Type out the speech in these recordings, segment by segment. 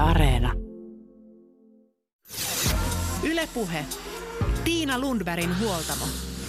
Areena. Yle Puhe. Tiina Lundbergin huoltamo.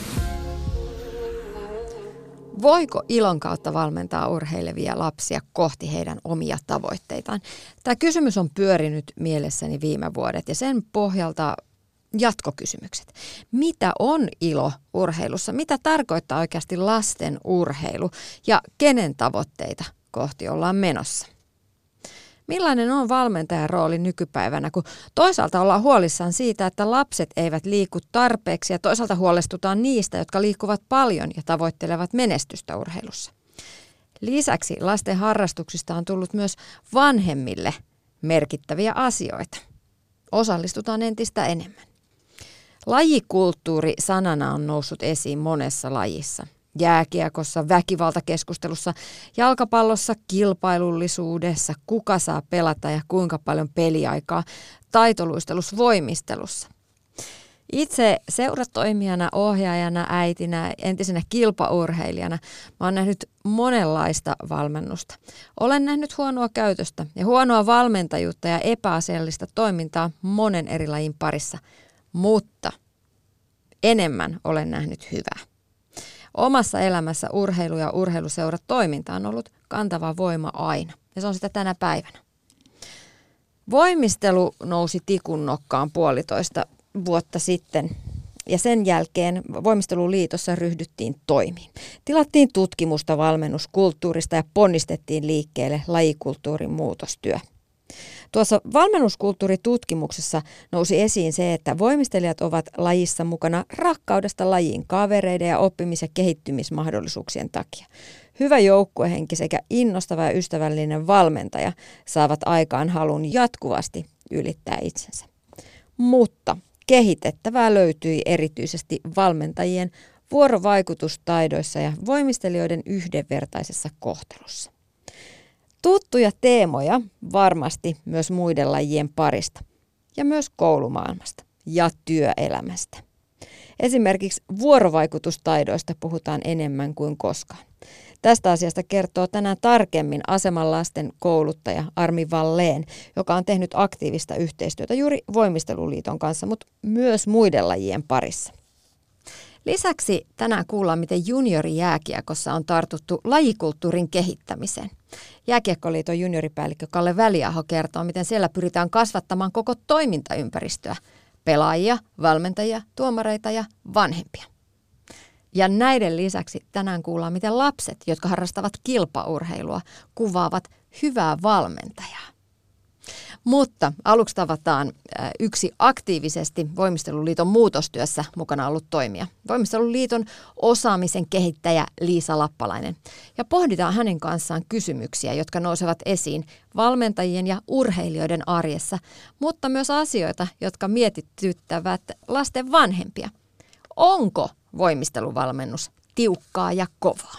Voiko ilon kautta valmentaa urheilevia lapsia kohti heidän omia tavoitteitaan? Tämä kysymys on pyörinyt mielessäni viime vuodet ja sen pohjalta jatkokysymykset. Mitä on ilo urheilussa? Mitä tarkoittaa oikeasti lasten urheilu ja kenen tavoitteita kohti ollaan menossa? Millainen on valmentajan rooli nykypäivänä, kun toisaalta ollaan huolissaan siitä, että lapset eivät liiku tarpeeksi ja toisaalta huolestutaan niistä, jotka liikkuvat paljon ja tavoittelevat menestystä urheilussa. Lisäksi lasten harrastuksista on tullut myös vanhemmille merkittäviä asioita. Osallistutaan entistä enemmän. Lajikulttuuri sanana on noussut esiin monessa lajissa. Jääkiekossa, väkivaltakeskustelussa, jalkapallossa, kilpailullisuudessa, kuka saa pelata ja kuinka paljon peliaikaa, taitoluistelussa, voimistelussa. Itse seuratoimijana, ohjaajana, äitinä, entisenä kilpaurheilijana mä oon nähnyt monenlaista valmennusta. Olen nähnyt huonoa käytöstä ja huonoa valmentajuutta ja epäasiallista toimintaa monen eri lajin parissa, mutta enemmän olen nähnyt hyvää. Omassa elämässä urheilu ja urheiluseuratoiminta on ollut kantava voima aina, ja se on sitä tänä päivänä. Voimistelu nousi tikun nokkaan 1,5 vuotta sitten, ja sen jälkeen Voimisteluliitossa ryhdyttiin toimiin. Tilattiin tutkimusta valmennuskulttuurista ja ponnistettiin liikkeelle lajikulttuurin muutostyö. Tuossa valmennuskulttuuritutkimuksessa nousi esiin se, että voimistelijat ovat lajissa mukana rakkaudesta lajiin kavereiden ja oppimis- ja kehittymismahdollisuuksien takia. Hyvä joukkuehenki sekä innostava ja ystävällinen valmentaja saavat aikaan halun jatkuvasti ylittää itsensä. Mutta kehitettävää löytyi erityisesti valmentajien vuorovaikutustaidoissa ja voimistelijoiden yhdenvertaisessa kohtelussa. Tuttuja teemoja varmasti myös muiden lajien parista ja myös koulumaailmasta ja työelämästä. Esimerkiksi vuorovaikutustaidoista puhutaan enemmän kuin koskaan. Tästä asiasta kertoo tänään tarkemmin Aseman lasten kouluttaja Armi Wallén, joka on tehnyt aktiivista yhteistyötä juuri Voimisteluliiton kanssa, mutta myös muiden lajien parissa. Lisäksi tänään kuullaan, miten juniorijääkiekossa on tartuttu lajikulttuurin kehittämiseen. Jääkiekkoliiton junioripäällikkö Kalle Väliaho kertoo, miten siellä pyritään kasvattamaan koko toimintaympäristöä, pelaajia, valmentajia, tuomareita ja vanhempia. Ja näiden lisäksi tänään kuullaan, miten lapset, jotka harrastavat kilpaurheilua, kuvaavat hyvää valmentajaa. Mutta aluksi tavataan yksi aktiivisesti Voimisteluliiton muutostyössä mukana ollut toimija. Voimisteluliiton osaamisen kehittäjä Liisa Lappalainen. Ja pohditaan hänen kanssaan kysymyksiä, jotka nousevat esiin valmentajien ja urheilijoiden arjessa, mutta myös asioita, jotka mietityttävät lasten vanhempia. Onko voimisteluvalmennus tiukkaa ja kovaa?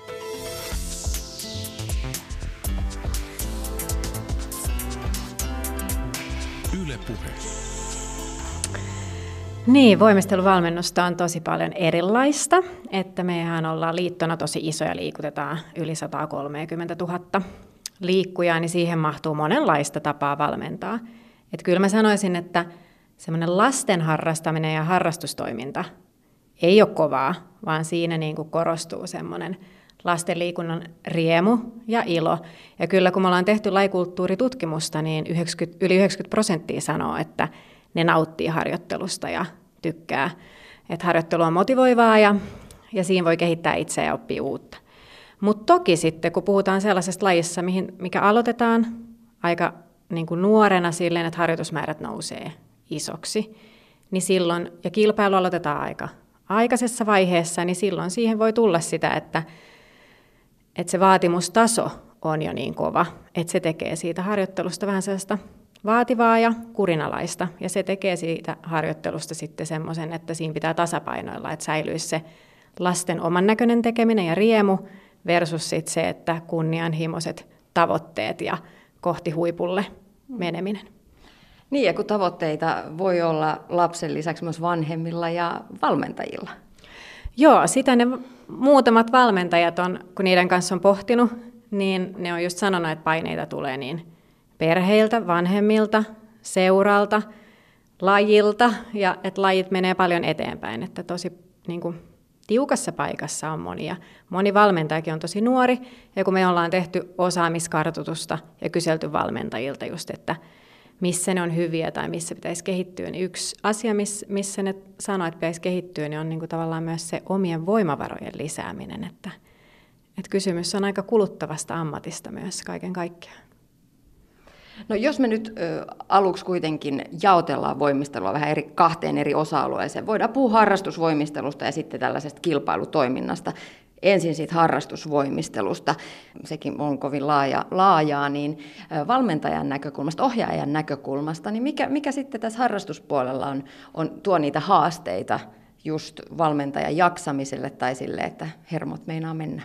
Yle Puhe. Niin, voimisteluvalmennusta on tosi paljon erilaista, että mehän ollaan liittona tosi isoja, liikutetaan yli 130 000 liikkujaa, niin siihen mahtuu monenlaista tapaa valmentaa. Että kyllä mä sanoisin, että semmoinen lasten harrastaminen ja harrastustoiminta ei ole kovaa, vaan siinä niin kuin korostuu semmoinen lasten liikunnan riemu ja ilo. Ja kyllä kun me ollaan tehty lajikulttuuritutkimusta, niin yli 90% sanoo, että ne nauttii harjoittelusta ja tykkää. Että harjoittelu on motivoivaa ja siinä voi kehittää itseä ja oppia uutta. Mutta toki sitten, kun puhutaan sellaisesta lajissa, mikä aloitetaan aika niin kuin nuorena silleen, että harjoitusmäärät nousee isoksi, niin silloin, ja kilpailu aloitetaan aika aikaisessa vaiheessa, niin silloin siihen voi tulla sitä, että se vaatimustaso on jo niin kova, että se tekee siitä harjoittelusta vähän sellaista vaativaa ja kurinalaista. Ja se tekee siitä harjoittelusta sitten semmoisen, että siinä pitää tasapainoilla, että säilyisi se lasten oman näköinen tekeminen ja riemu versus sitten se, että kunnianhimoiset tavoitteet ja kohti huipulle meneminen. Niin, ja kun tavoitteita voi olla lapsen lisäksi myös vanhemmilla ja valmentajilla. Joo, sitä ne muutamat valmentajat on, kun niiden kanssa on pohtinut, niin ne on just sanonut, että paineita tulee niin perheiltä, vanhemmilta, seuralta, lajilta ja että lajit menee paljon eteenpäin, että tosi niin kuin, tiukassa paikassa on monia. Moni valmentajakin on tosi nuori ja kun me ollaan tehty osaamiskartoitusta ja kyselty valmentajilta just, että missä ne on hyviä tai missä pitäisi kehittyä, niin yksi asia, missä ne sanoo, että pitäisi kehittyä, niin on niin kuin tavallaan myös se omien voimavarojen lisääminen, että kysymys on aika kuluttavasta ammatista myös kaiken kaikkiaan. No jos me nyt aluksi kuitenkin jaotellaan voimistelua vähän kahteen eri osa-alueeseen, voidaan puhua harrastusvoimistelusta ja sitten tällaisesta kilpailutoiminnasta. Ensin siitä harrastusvoimistelusta, sekin on kovin laajaa, niin valmentajan näkökulmasta, ohjaajan näkökulmasta, niin mikä sitten tässä harrastuspuolella tuo niitä haasteita just valmentajan jaksamiselle tai sille, että hermot meinaa mennä?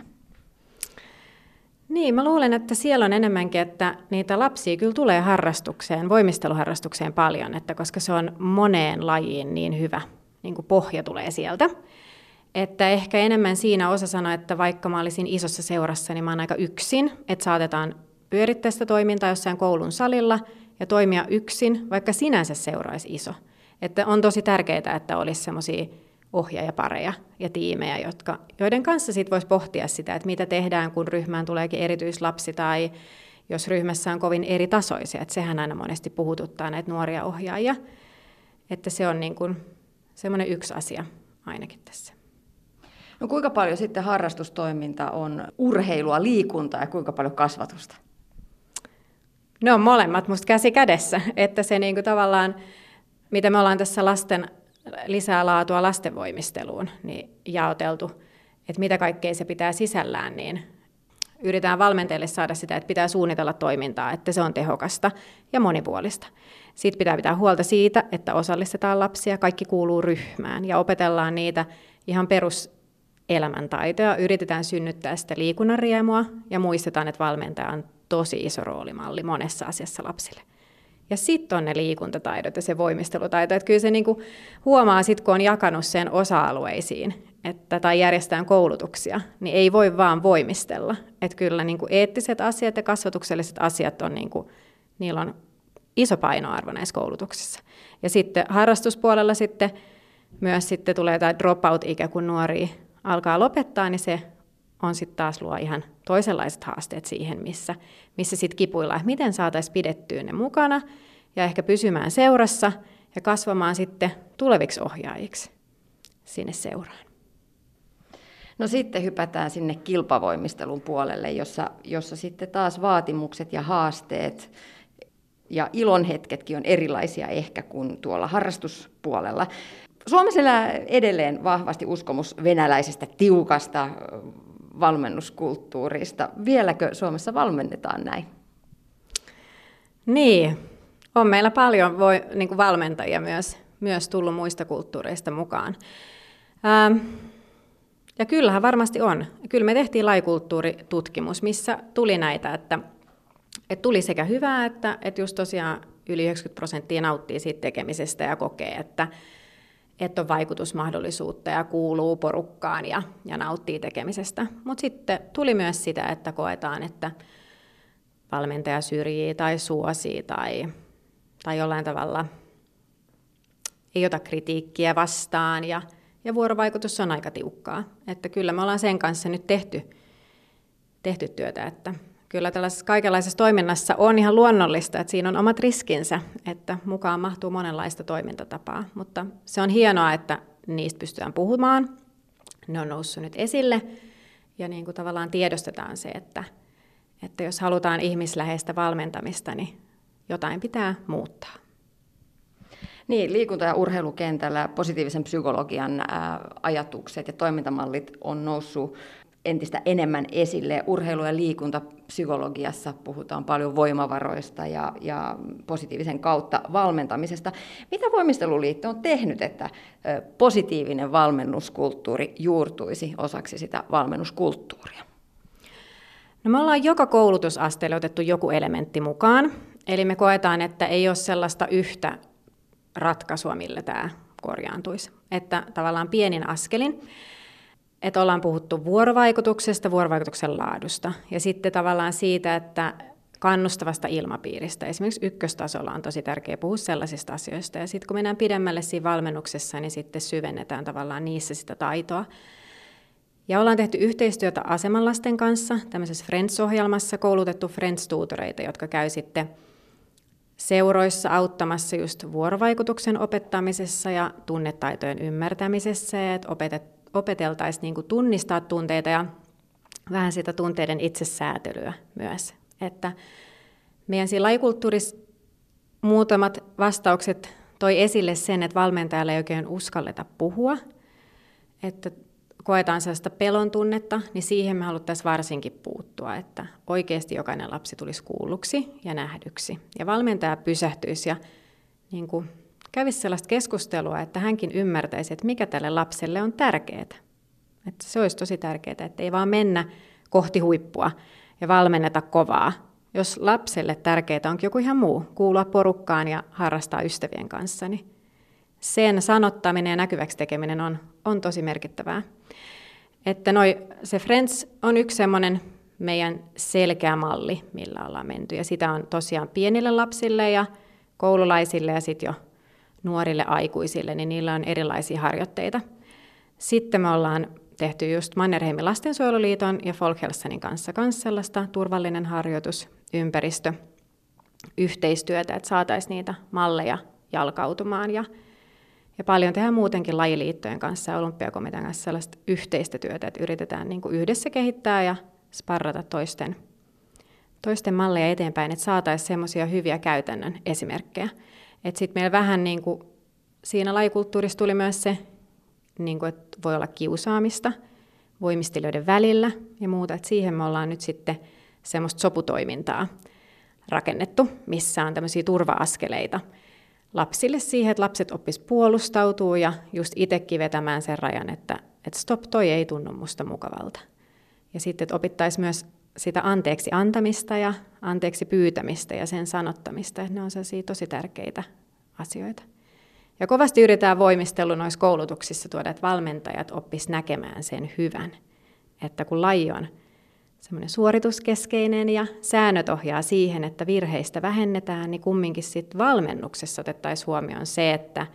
Niin, mä luulen, että siellä on enemmänkin, että niitä lapsia kyllä tulee harrastukseen, voimisteluharrastukseen paljon, että koska se on moneen lajiin niin hyvä, niin kuin pohja tulee sieltä. Että ehkä enemmän siinä osa sanoi, että vaikka mä olisin isossa seurassa, niin mä oon aika yksin, että saatetaan pyörittää sitä toimintaa jossain koulun salilla ja toimia yksin, vaikka sinänsä seura olisi iso. Että on tosi tärkeää, että olisi semmoisia ohjaajapareja ja tiimejä, joiden kanssa sit voisi pohtia sitä, että mitä tehdään, kun ryhmään tuleekin erityislapsi tai jos ryhmässä on kovin eri tasoisia. Että sehän aina monesti puhututtaa näitä nuoria ohjaajia. Että se on niin kuin semmoinen yksi asia ainakin tässä. No kuinka paljon sitten harrastustoiminta on urheilua, liikuntaa ja kuinka paljon kasvatusta? Ne on molemmat musta käsi kädessä, että se niinku tavallaan, mitä me ollaan tässä lasten lisää laatua lastenvoimisteluun niin jaoteltu, että mitä kaikkea se pitää sisällään, niin yritetään valmentajille saada sitä, että pitää suunnitella toimintaa, että se on tehokasta ja monipuolista. Sitten pitää pitää huolta siitä, että osallistetaan lapsia, kaikki kuuluu ryhmään ja opetellaan niitä ihan peruselämäntaitoja, yritetään synnyttää sitä liikunnan riemua ja muistetaan, että valmentaja on tosi iso roolimalli monessa asiassa lapsille. Ja sitten on ne liikuntataidot ja se voimistelutaito, että kyllä se niinku huomaa sitten, kun on jakanut sen osa-alueisiin tai järjestetään koulutuksia, niin ei voi vaan voimistella. Että kyllä niinku eettiset asiat ja kasvatukselliset asiat on niillä on iso painoarvo näissä koulutuksissa. Ja sitten harrastuspuolella sitten myös sitten tulee tämä dropout-ikä, kun nuori alkaa lopettaa, niin se on sitten taas luo ihan toisenlaiset haasteet siihen, missä sitten kipuillaan, että miten saataisiin pidettyä ne mukana ja ehkä pysymään seurassa ja kasvamaan sitten tuleviksi ohjaajiksi sinne seuraan. No sitten hypätään sinne kilpavoimistelun puolelle, jossa sitten taas vaatimukset ja haasteet ja ilonhetketkin on erilaisia ehkä kuin tuolla harrastuspuolella. Suomessa elää edelleen vahvasti uskomus venäläisestä tiukasta valmennuskulttuurista. Vieläkö Suomessa valmennetaan näin? Niin, on meillä paljon niin valmentajia myös tullut muista kulttuureista mukaan. Ja kyllähän varmasti on. Kyllä me tehtiin lajikulttuuritutkimus, missä tuli näitä, että tuli sekä hyvää, että just tosiaan yli 90% nauttii siitä tekemisestä ja kokee, että on vaikutusmahdollisuutta ja kuuluu porukkaan ja nauttii tekemisestä. Mutta sitten tuli myös sitä, että koetaan, että valmentaja syrjii tai suosii tai jollain tavalla ei ota kritiikkiä vastaan ja vuorovaikutus on aika tiukkaa. Että kyllä me ollaan sen kanssa nyt tehty työtä, että kyllä tällaisessa kaikenlaisessa toiminnassa on ihan luonnollista, että siinä on omat riskinsä, että mukaan mahtuu monenlaista toimintatapaa. Mutta se on hienoa, että niistä pystytään puhumaan. Ne on noussut nyt esille ja niin kuin tavallaan tiedostetaan se, että jos halutaan ihmisläheistä valmentamista, niin jotain pitää muuttaa. Niin, liikunta- ja urheilukentällä positiivisen psykologian ajatukset ja toimintamallit on noussut entistä enemmän esille. Urheilu- ja liikuntapsykologiassa puhutaan paljon voimavaroista ja positiivisen kautta valmentamisesta. Mitä Voimisteluliitto on tehnyt, että positiivinen valmennuskulttuuri juurtuisi osaksi sitä valmennuskulttuuria? No me ollaan joka koulutusasteelle otettu joku elementti mukaan. Eli me koetaan, että ei ole sellaista yhtä ratkaisua, millä tämä korjaantuisi. Että tavallaan pienin askelin. Että ollaan puhuttu vuorovaikutuksesta, vuorovaikutuksen laadusta ja sitten tavallaan siitä, että kannustavasta ilmapiiristä. Esimerkiksi ykköstasolla on tosi tärkeää puhua sellaisista asioista. Ja sitten kun mennään pidemmälle siinä valmennuksessa, niin sitten syvennetään tavallaan niissä sitä taitoa. Ja ollaan tehty yhteistyötä asemanlasten kanssa, tämmöisessä Friends-ohjelmassa koulutettu Friends-tuutoreita, jotka käy sitten seuroissa auttamassa just vuorovaikutuksen opettamisessa ja tunnetaitojen ymmärtämisessä, ja että opeteltaisiin niin kuin tunnistaa tunteita ja vähän sitä tunteiden itsesäätelyä myös. Että meidän siinä lajikulttuurissa muutamat vastaukset toi esille sen, että valmentajalla ei oikein uskalleta puhua, että koetaan sellaista pelon tunnetta, niin siihen me haluttaisiin varsinkin puuttua, että oikeasti jokainen lapsi tulisi kuulluksi ja nähdyksi. Ja valmentaja pysähtyisi ja niin kuin kävisi sellaista keskustelua, että hänkin ymmärtäisi, että mikä tälle lapselle on tärkeää. Että se olisi tosi tärkeää, että ei vaan mennä kohti huippua ja valmenneta kovaa. Jos lapselle tärkeää onkin joku ihan muu, kuulua porukkaan ja harrastaa ystävien kanssa, niin sen sanottaminen ja näkyväksi tekeminen on tosi merkittävää. Että se Friends on yksi semmoinen meidän selkeä malli, millä ollaan menty. Ja sitä on tosiaan pienille lapsille ja koululaisille ja sitten jo nuorille aikuisille, niin niillä on erilaisia harjoitteita. Sitten me ollaan tehty just Mannerheimin lastensuojeluliiton ja Folkhälsanin kanssa sellaista turvallinen harjoitusympäristö, yhteistyötä, että saataisiin niitä malleja jalkautumaan. Ja paljon tehdään muutenkin lajiliittojen kanssa ja olympiakomitean kanssa sellaista yhteistä työtä, että yritetään niin kuin yhdessä kehittää ja sparrata toisten malleja eteenpäin, että saataisiin semmoisia hyviä käytännön esimerkkejä. Että sitten meillä vähän niin kuin siinä lajikulttuurissa tuli myös se, niin kuin, että voi olla kiusaamista voimistelijoiden välillä ja muuta, että siihen me ollaan nyt sitten semmoista soputoimintaa rakennettu, missä on tämmöisiä turva-askeleita lapsille siihen, että lapset oppis puolustautua ja just itsekin vetämään sen rajan, että stop, toi ei tunnu musta mukavalta. Ja sitten, että opittaisiin myös sitä anteeksi antamista ja anteeksi pyytämistä ja sen sanottamista, että ne on sellaisia tosi tärkeitä asioita. Ja kovasti yritetään voimistelu noissa koulutuksissa tuoda, että valmentajat oppis näkemään sen hyvän, että kun laji on semmoinen suorituskeskeinen ja säännöt ohjaa siihen, että virheistä vähennetään, niin kumminkin sitten valmennuksessa otettaisiin huomioon se, että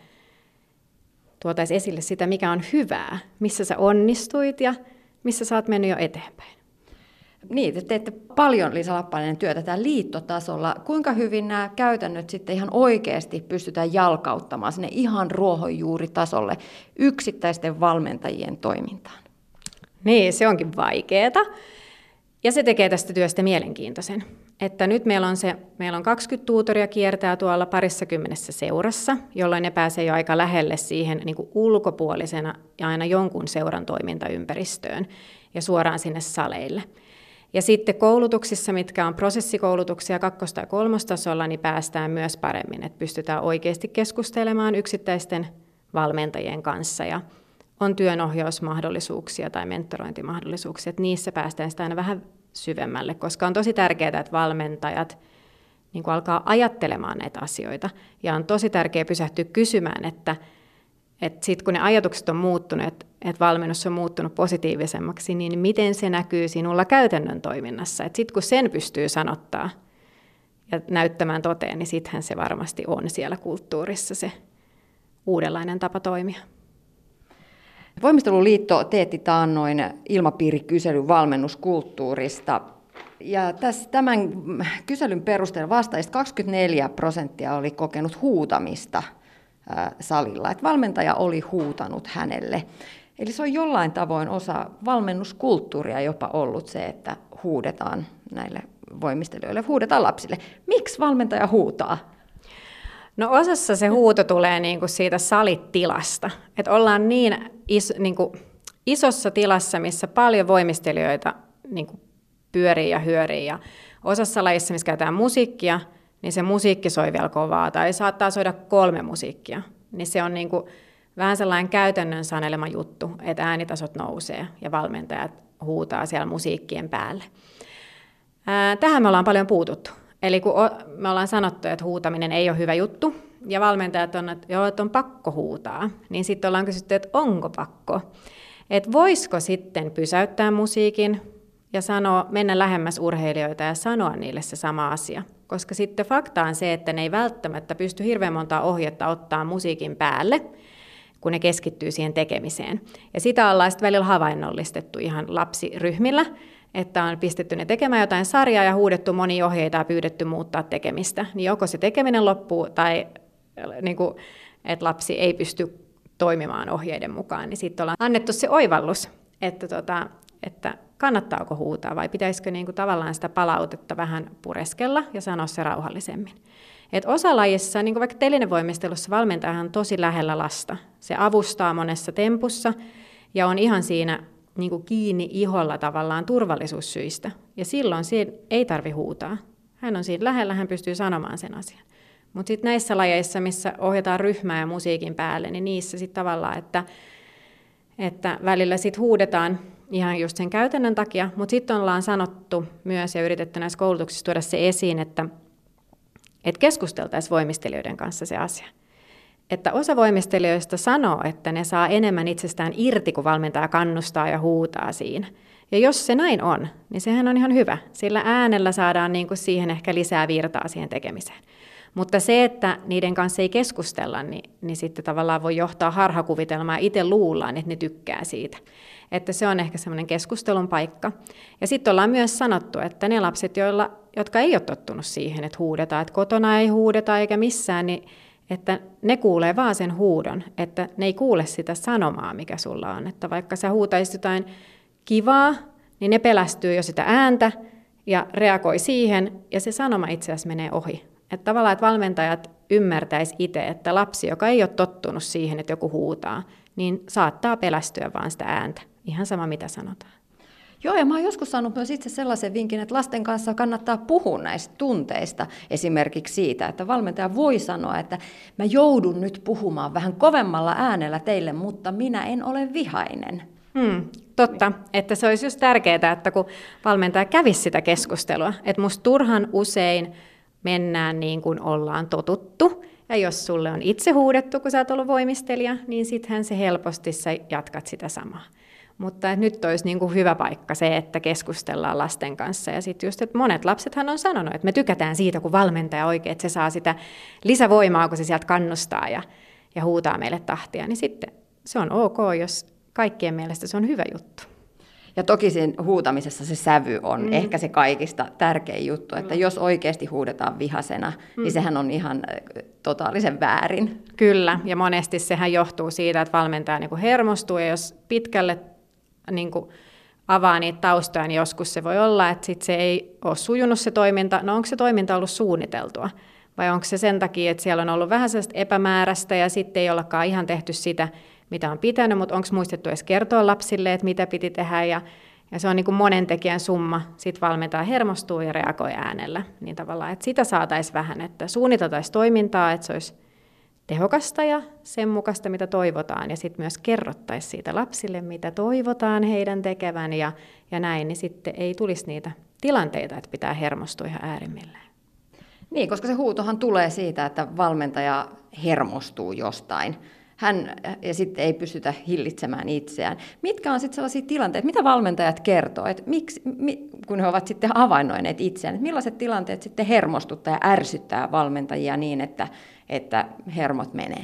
tuotaisiin esille sitä, mikä on hyvää, missä sä onnistuit ja missä sä oot mennyt jo eteenpäin. Niin, te teette paljon, Liisa Lappalainen, työtä täällä liittotasolla. Kuinka hyvin nämä käytännöt sitten ihan oikeasti pystytään jalkauttamaan sinne ihan ruohonjuuritasolle yksittäisten valmentajien toimintaan? Niin, se onkin vaikeaa. Ja se tekee tästä työstä mielenkiintoisen. Että nyt meillä on 20 tuutoria kiertää tuolla 20 seurassa, jolloin ne pääsee jo aika lähelle siihen niin kuin ulkopuolisena ja aina jonkun seuran toimintaympäristöön ja suoraan sinne saleille. Ja sitten koulutuksissa, mitkä on prosessikoulutuksia 2. ja 3. tasolla, niin päästään myös paremmin, että pystytään oikeasti keskustelemaan yksittäisten valmentajien kanssa ja on työnohjausmahdollisuuksia tai mentorointimahdollisuuksia, että niissä päästään sitä aina vähän syvemmälle, koska on tosi tärkeää, että valmentajat niin kuin alkaa ajattelemaan näitä asioita. Ja on tosi tärkeää pysähtyä kysymään, että sitten kun ne ajatukset on muuttunut, että valmennus on muuttunut positiivisemmaksi, niin miten se näkyy sinulla käytännön toiminnassa. Sitten kun sen pystyy sanottaa ja näyttämään toteen, niin sittenhän se varmasti on siellä kulttuurissa se uudenlainen tapa toimia. Voimisteluliitto teetti taannoin ilmapiirikyselyn valmennuskulttuurista. Ja tämän kyselyn perusteella vastaajista 24% oli kokenut huutamista salilla, että valmentaja oli huutanut hänelle. Eli se on jollain tavoin osa valmennuskulttuuria jopa ollut se, että huudetaan näille voimistelijoille, huudetaan lapsille. Miksi valmentaja huutaa? No osassa se huuto tulee niinku siitä salitilasta, että ollaan niin isossa tilassa, missä paljon voimistelijoita niinku pyörii ja hyörii. Ja osassa lajissa, missä käytetään musiikkia, niin se musiikki soi vielä kovaa, tai saattaa soida 3 musiikkia. Niin se on niinku vähän sellainen käytännön sanelema juttu, että äänitasot nousee ja valmentajat huutaa siellä musiikkien päälle. Tähän me ollaan paljon puututtu. Eli kun me ollaan sanottu, että huutaminen ei ole hyvä juttu, ja valmentajat on, että on pakko huutaa, niin sitten ollaan kysytty, että onko pakko. Että voisiko sitten pysäyttää musiikin, ja mennä lähemmäs urheilijoita ja sanoa niille se sama asia. Koska sitten fakta on se, että ne ei välttämättä pysty hirveän montaa ohjetta ottaa musiikin päälle, kun ne keskittyy siihen tekemiseen. Ja sitä ollaan sitten välillä havainnollistettu ihan lapsiryhmillä, että on pistetty ne tekemään jotain sarjaa ja huudettu monia ohjeita ja pyydetty muuttaa tekemistä. Niin joko se tekeminen loppuu tai niin kuin, että lapsi ei pysty toimimaan ohjeiden mukaan, niin sitten ollaan annettu se oivallus, että kannattaako huutaa vai pitäisikö niin kuin tavallaan sitä palautetta vähän pureskella ja sanoa se rauhallisemmin. Et osa lajissa, niin kuin vaikka telinevoimistelussa, valmentajahan on tosi lähellä lasta. Se avustaa monessa tempussa ja on ihan siinä niin kuin kiinni iholla tavallaan turvallisuussyistä. Ja silloin siinä ei tarvitse huutaa. Hän on siinä lähellä, hän pystyy sanomaan sen asian. Mutta sitten näissä lajeissa, missä ohjataan ryhmää ja musiikin päälle, niin niissä sitten tavallaan, että välillä sitten huudetaan ihan just sen käytännön takia, mutta sitten ollaan sanottu myös ja yritetty näissä koulutuksissa tuoda se esiin, että keskusteltaisiin voimistelijoiden kanssa se asia. Että osa voimistelijoista sanoo, että ne saa enemmän itsestään irti, kun valmentaja kannustaa ja huutaa siinä. Ja jos se näin on, niin sehän on ihan hyvä. Sillä äänellä saadaan niin kuin siihen ehkä lisää virtaa siihen tekemiseen. Mutta se, että niiden kanssa ei keskustella, niin sitten tavallaan voi johtaa harhakuvitelmaa ja itse luullaan, että ne tykkää siitä. Että se on ehkä semmoinen keskustelun paikka. Ja sitten ollaan myös sanottu, että ne lapset, jotka ei ole tottunut siihen, että huudetaan, että kotona ei huudeta eikä missään, niin että ne kuulee vaan sen huudon, että ne ei kuule sitä sanomaa, mikä sulla on. Että vaikka sä huutaisit jotain kivaa, niin ne pelästyy jo sitä ääntä ja reagoi siihen, ja se sanoma itse asiassa menee ohi. Että tavallaan, että valmentajat ymmärtäisi itse, että lapsi, joka ei ole tottunut siihen, että joku huutaa, niin saattaa pelästyä vaan sitä ääntä. Ihan sama, mitä sanotaan. Joo, ja mä oon joskus saanut myös itse sellaisen vinkin, että lasten kanssa kannattaa puhua näistä tunteista. Esimerkiksi siitä, että valmentaja voi sanoa, että mä joudun nyt puhumaan vähän kovemmalla äänellä teille, mutta minä en ole vihainen. Totta, että se olisi just tärkeää, että kun valmentaja kävisi sitä keskustelua, että musta turhan usein mennään niin kuin ollaan totuttu, ja jos sulle on itse huudettu, kun sä oot ollut voimistelija, niin sittenhän se helposti sä jatkat sitä samaa. Mutta nyt olisi niin kuin hyvä paikka se, että keskustellaan lasten kanssa. Ja sitten just, että monet lapsethan on sanonut, että me tykätään siitä, kun valmentaja oikein, että se saa sitä lisävoimaa, kun se sieltä kannustaa ja huutaa meille tahtia. Niin sitten se on ok, jos kaikkien mielestä se on hyvä juttu. Ja toki siinä huutamisessa se sävy on ehkä se kaikista tärkein juttu, että jos oikeasti huudetaan vihasena, niin sehän on ihan totaalisen väärin. Kyllä, ja monesti sehän johtuu siitä, että valmentaja niin kuin hermostuu, ja jos pitkälle niin kuin avaa niitä taustoja, niin joskus se voi olla, että sit se ei ole sujunut se toiminta. No onko se toiminta ollut suunniteltua? Vai onko se sen takia, että siellä on ollut vähän sellaista epämääräistä, ja sitten ei ollakaan ihan tehty sitä, mitä on pitänyt, mutta onko muistettu edes kertoa lapsille, että mitä piti tehdä, ja se on niin kuin monen tekijän summa. Sitten valmentaja hermostuu ja reagoi äänellä. Niin tavallaan, että sitä saataisiin vähän, että suunniteltaisiin toimintaa, että se olisi tehokasta ja sen mukaista, mitä toivotaan, ja sitten myös kerrottaisiin siitä lapsille, mitä toivotaan heidän tekevän, ja näin, niin sitten ei tulisi niitä tilanteita, että pitää hermostua ihan äärimmilleen. Niin, koska se huutohan tulee siitä, että valmentaja hermostuu jostain. Ja sitten ei pystytä hillitsemään itseään. Mitkä on sitten sellaisia tilanteita, mitä valmentajat kertoo, että kun he ovat sitten havainnoineet itseään, että millaiset tilanteet sitten hermostuttaa ja ärsyttää valmentajia niin, että hermot menee?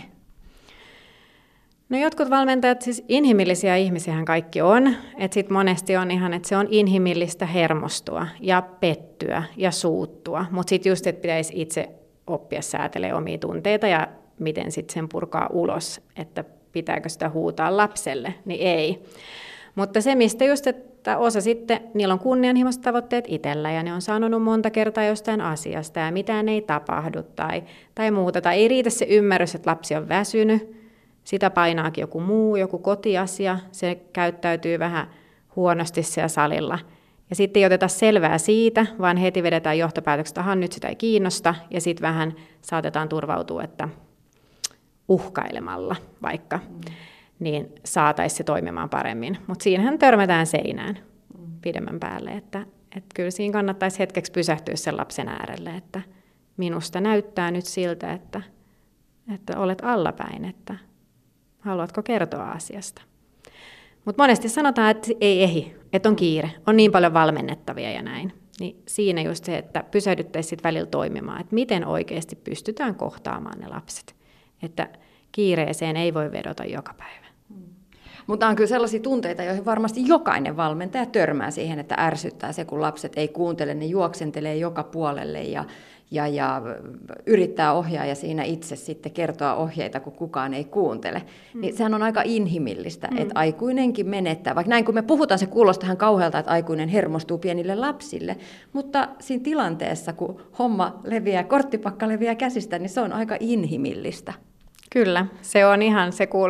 No jotkut valmentajat, siis inhimillisiä ihmisiähän kaikki on, että sitten monesti on ihan, että se on inhimillistä hermostua ja pettyä ja suuttua, mutta sitten just, että pitäisi itse oppia säätelemään omia tunteita ja miten sitten sen purkaa ulos, että pitääkö sitä huutaa lapselle, niin ei. Mutta se, mistä just, että osa sitten, niillä on kunnianhimoiset tavoitteet itsellä ja ne on sanonut monta kertaa jostain asiasta ja mitään ei tapahdu tai muuta. Tai ei riitä se ymmärrys, että lapsi on väsynyt, sitä painaakin joku muu, joku kotiasia, se käyttäytyy vähän huonosti siellä salilla. Ja sitten ei oteta selvää siitä, vaan heti vedetään johtopäätökset, että nyt sitä ei kiinnosta ja sitten vähän saatetaan turvautua, että uhkailemalla vaikka, niin saataisiin se toimimaan paremmin. Mutta siinähän törmätään seinään pidemmän päälle, että kyllä siinä kannattaisi hetkeksi pysähtyä sen lapsen äärelle, että minusta näyttää nyt siltä, että olet allapäin, että haluatko kertoa asiasta. Mutta monesti sanotaan, että ei ehdi, että on kiire, on niin paljon valmennettavia ja näin. Niin siinä just se, että pysähdyttäisiin sitten välillä toimimaan, että miten oikeasti pystytään kohtaamaan ne lapset. Että kiireeseen ei voi vedota joka päivä. Mutta on kyllä sellaisia tunteita, joihin varmasti jokainen valmentaja törmää siihen, että ärsyttää se, kun lapset ei kuuntele, ne juoksentelee joka puolelle ja yrittää ohjaa ja siinä itse sitten kertoa ohjeita, kun kukaan ei kuuntele. Niin sehän on aika inhimillistä, että aikuinenkin menettää. Vaikka näin kun me puhutaan, se kuulostaa ihan kauhealta, että aikuinen hermostuu pienille lapsille. Mutta siinä tilanteessa, kun homma leviää, korttipakka leviää käsistä, niin se on aika inhimillistä. Kyllä, se on ihan,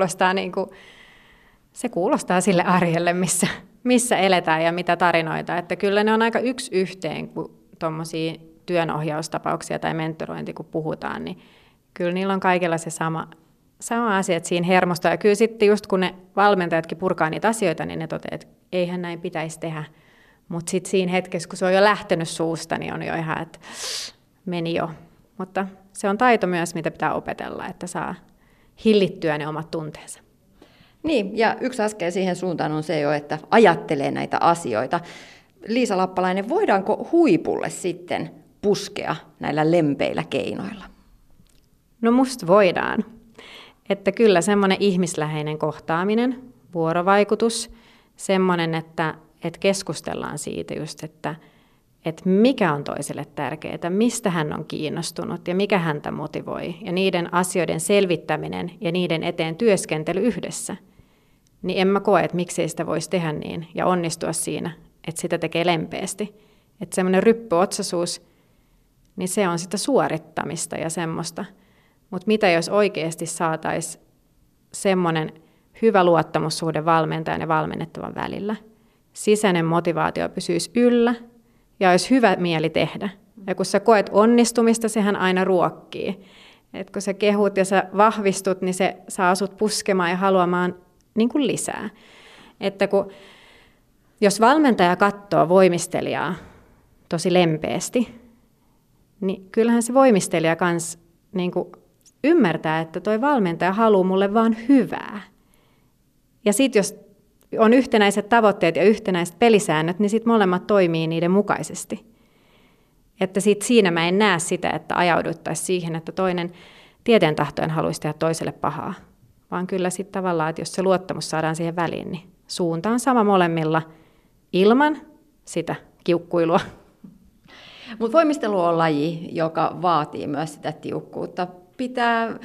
se kuulostaa sille arjelle, missä eletään ja mitä tarinoita. Että kyllä ne on aika yksi yhteen, kun tuommoisia työnohjaustapauksia tai mentorointi, kun puhutaan, niin kyllä niillä on kaikilla se sama asia, että siinä hermostoa. Ja kyllä sitten just kun ne valmentajatkin purkaa niitä asioita, niin ne toteaa, että eihän näin pitäisi tehdä. Mutta sitten siinä hetkessä, kun se on jo lähtenyt suusta, niin on jo ihan, että meni jo. Mutta se on taito myös, mitä pitää opetella, että saa hillittyä ne omat tunteensa. Niin, ja yksi askel siihen suuntaan on se jo, että ajattelee näitä asioita. Liisa Lappalainen, voidaanko huipulle sitten puskea näillä lempeillä keinoilla? No musta voidaan. Että kyllä semmoinen ihmisläheinen kohtaaminen, vuorovaikutus, semmoinen, että keskustellaan siitä just, että mikä on toiselle tärkeää, mistä hän on kiinnostunut ja mikä häntä motivoi. Ja niiden asioiden selvittäminen ja niiden eteen työskentely yhdessä. Niin en mä koe, että miksei sitä voisi tehdä niin ja onnistua siinä, että sitä tekee lempeästi. Että semmoinen ryppyotsaisuus, niin se on sitä suorittamista ja semmoista. Mutta mitä jos oikeasti saataisiin semmoinen hyvä luottamussuhde valmentajan ja valmennettavan välillä? Sisäinen motivaatio pysyisi yllä ja olisi hyvä mieli tehdä. Ja kun sä koet onnistumista, sehän aina ruokkii. Et kun sä kehut ja sä vahvistut, niin se saa sut puskemaan ja haluamaan niin kuin lisää. Että jos valmentaja katsoo voimistelijaa tosi lempeästi, niin kyllähän se voimistelija kans niin kuin ymmärtää, että toi valmentaja haluaa mulle vaan hyvää. Ja sitten jos on yhtenäiset tavoitteet ja yhtenäiset pelisäännöt, niin sitten molemmat toimii niiden mukaisesti. Että siinä mä en näe sitä, että ajauduttaisiin siihen, että toinen tieteen tahtojen haluaisi tehdä toiselle pahaa. Vaan kyllä sitten tavallaan, että jos se luottamus saadaan siihen väliin, niin suunta on sama molemmilla ilman sitä kiukkuilua. Mutta voimistelu on laji, joka vaatii myös sitä tiukkuutta. Pitää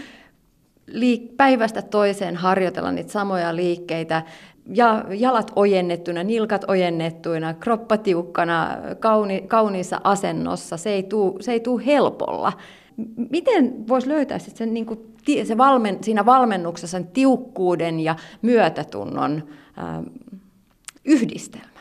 päivästä toiseen harjoitella niitä samoja liikkeitä, ja jalat ojennettuna, nilkat ojennettuina, kroppa tiukkana, kauniissa asennossa. Se ei tule helpolla. Miten voisi löytää sen, siinä valmennuksessa sen tiukkuuden ja myötätunnon yhdistelmän?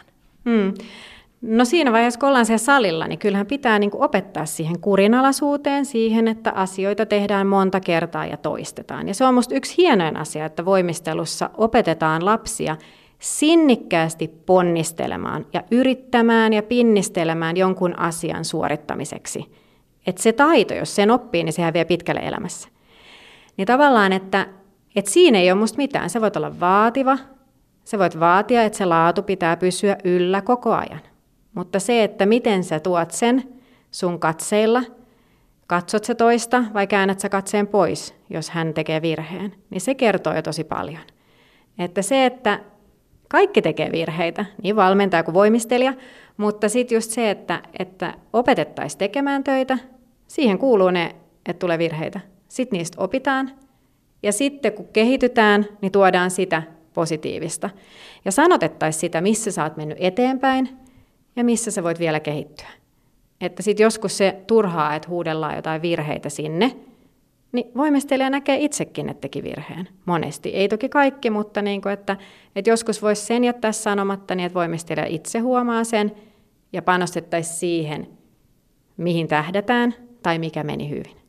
No siinä vaiheessa, kun ollaan siellä salilla, niin kyllähän pitää opettaa siihen kurinalaisuuteen, siihen, että asioita tehdään monta kertaa ja toistetaan. Ja se on musta yksi hienoin asia, että voimistelussa opetetaan lapsia sinnikkäästi ponnistelemaan ja yrittämään ja pinnistelemään jonkun asian suorittamiseksi. Että se taito, jos sen oppii, niin sehän vie pitkälle elämässä. Niin tavallaan, että siinä ei ole musta mitään. Se voit olla vaativa, se voit vaatia, että se laatu pitää pysyä yllä koko ajan. Mutta se, että miten sä tuot sen sun katseilla, katsot sä toista vai käännät sä katseen pois, jos hän tekee virheen, niin se kertoo jo tosi paljon. Että se, että kaikki tekee virheitä, niin valmentaja kuin voimistelija, mutta sitten just se, että opetettaisiin tekemään töitä, siihen kuuluu ne, että tulee virheitä. Sitten niistä opitaan ja sitten kun kehitytään, niin tuodaan sitä positiivista. Ja sanotettaisiin sitä, missä sä oot mennyt eteenpäin ja missä sä voit vielä kehittyä. Että sitten joskus se turhaa, että huudellaan jotain virheitä sinne, niin voimistelija näkee itsekin, että teki virheen. Monesti. Ei toki kaikki, mutta että joskus voisi sen jättää sanomatta, niin että voimistelija itse huomaa sen ja panostettaisiin siihen, mihin tähdätään tai mikä meni hyvin.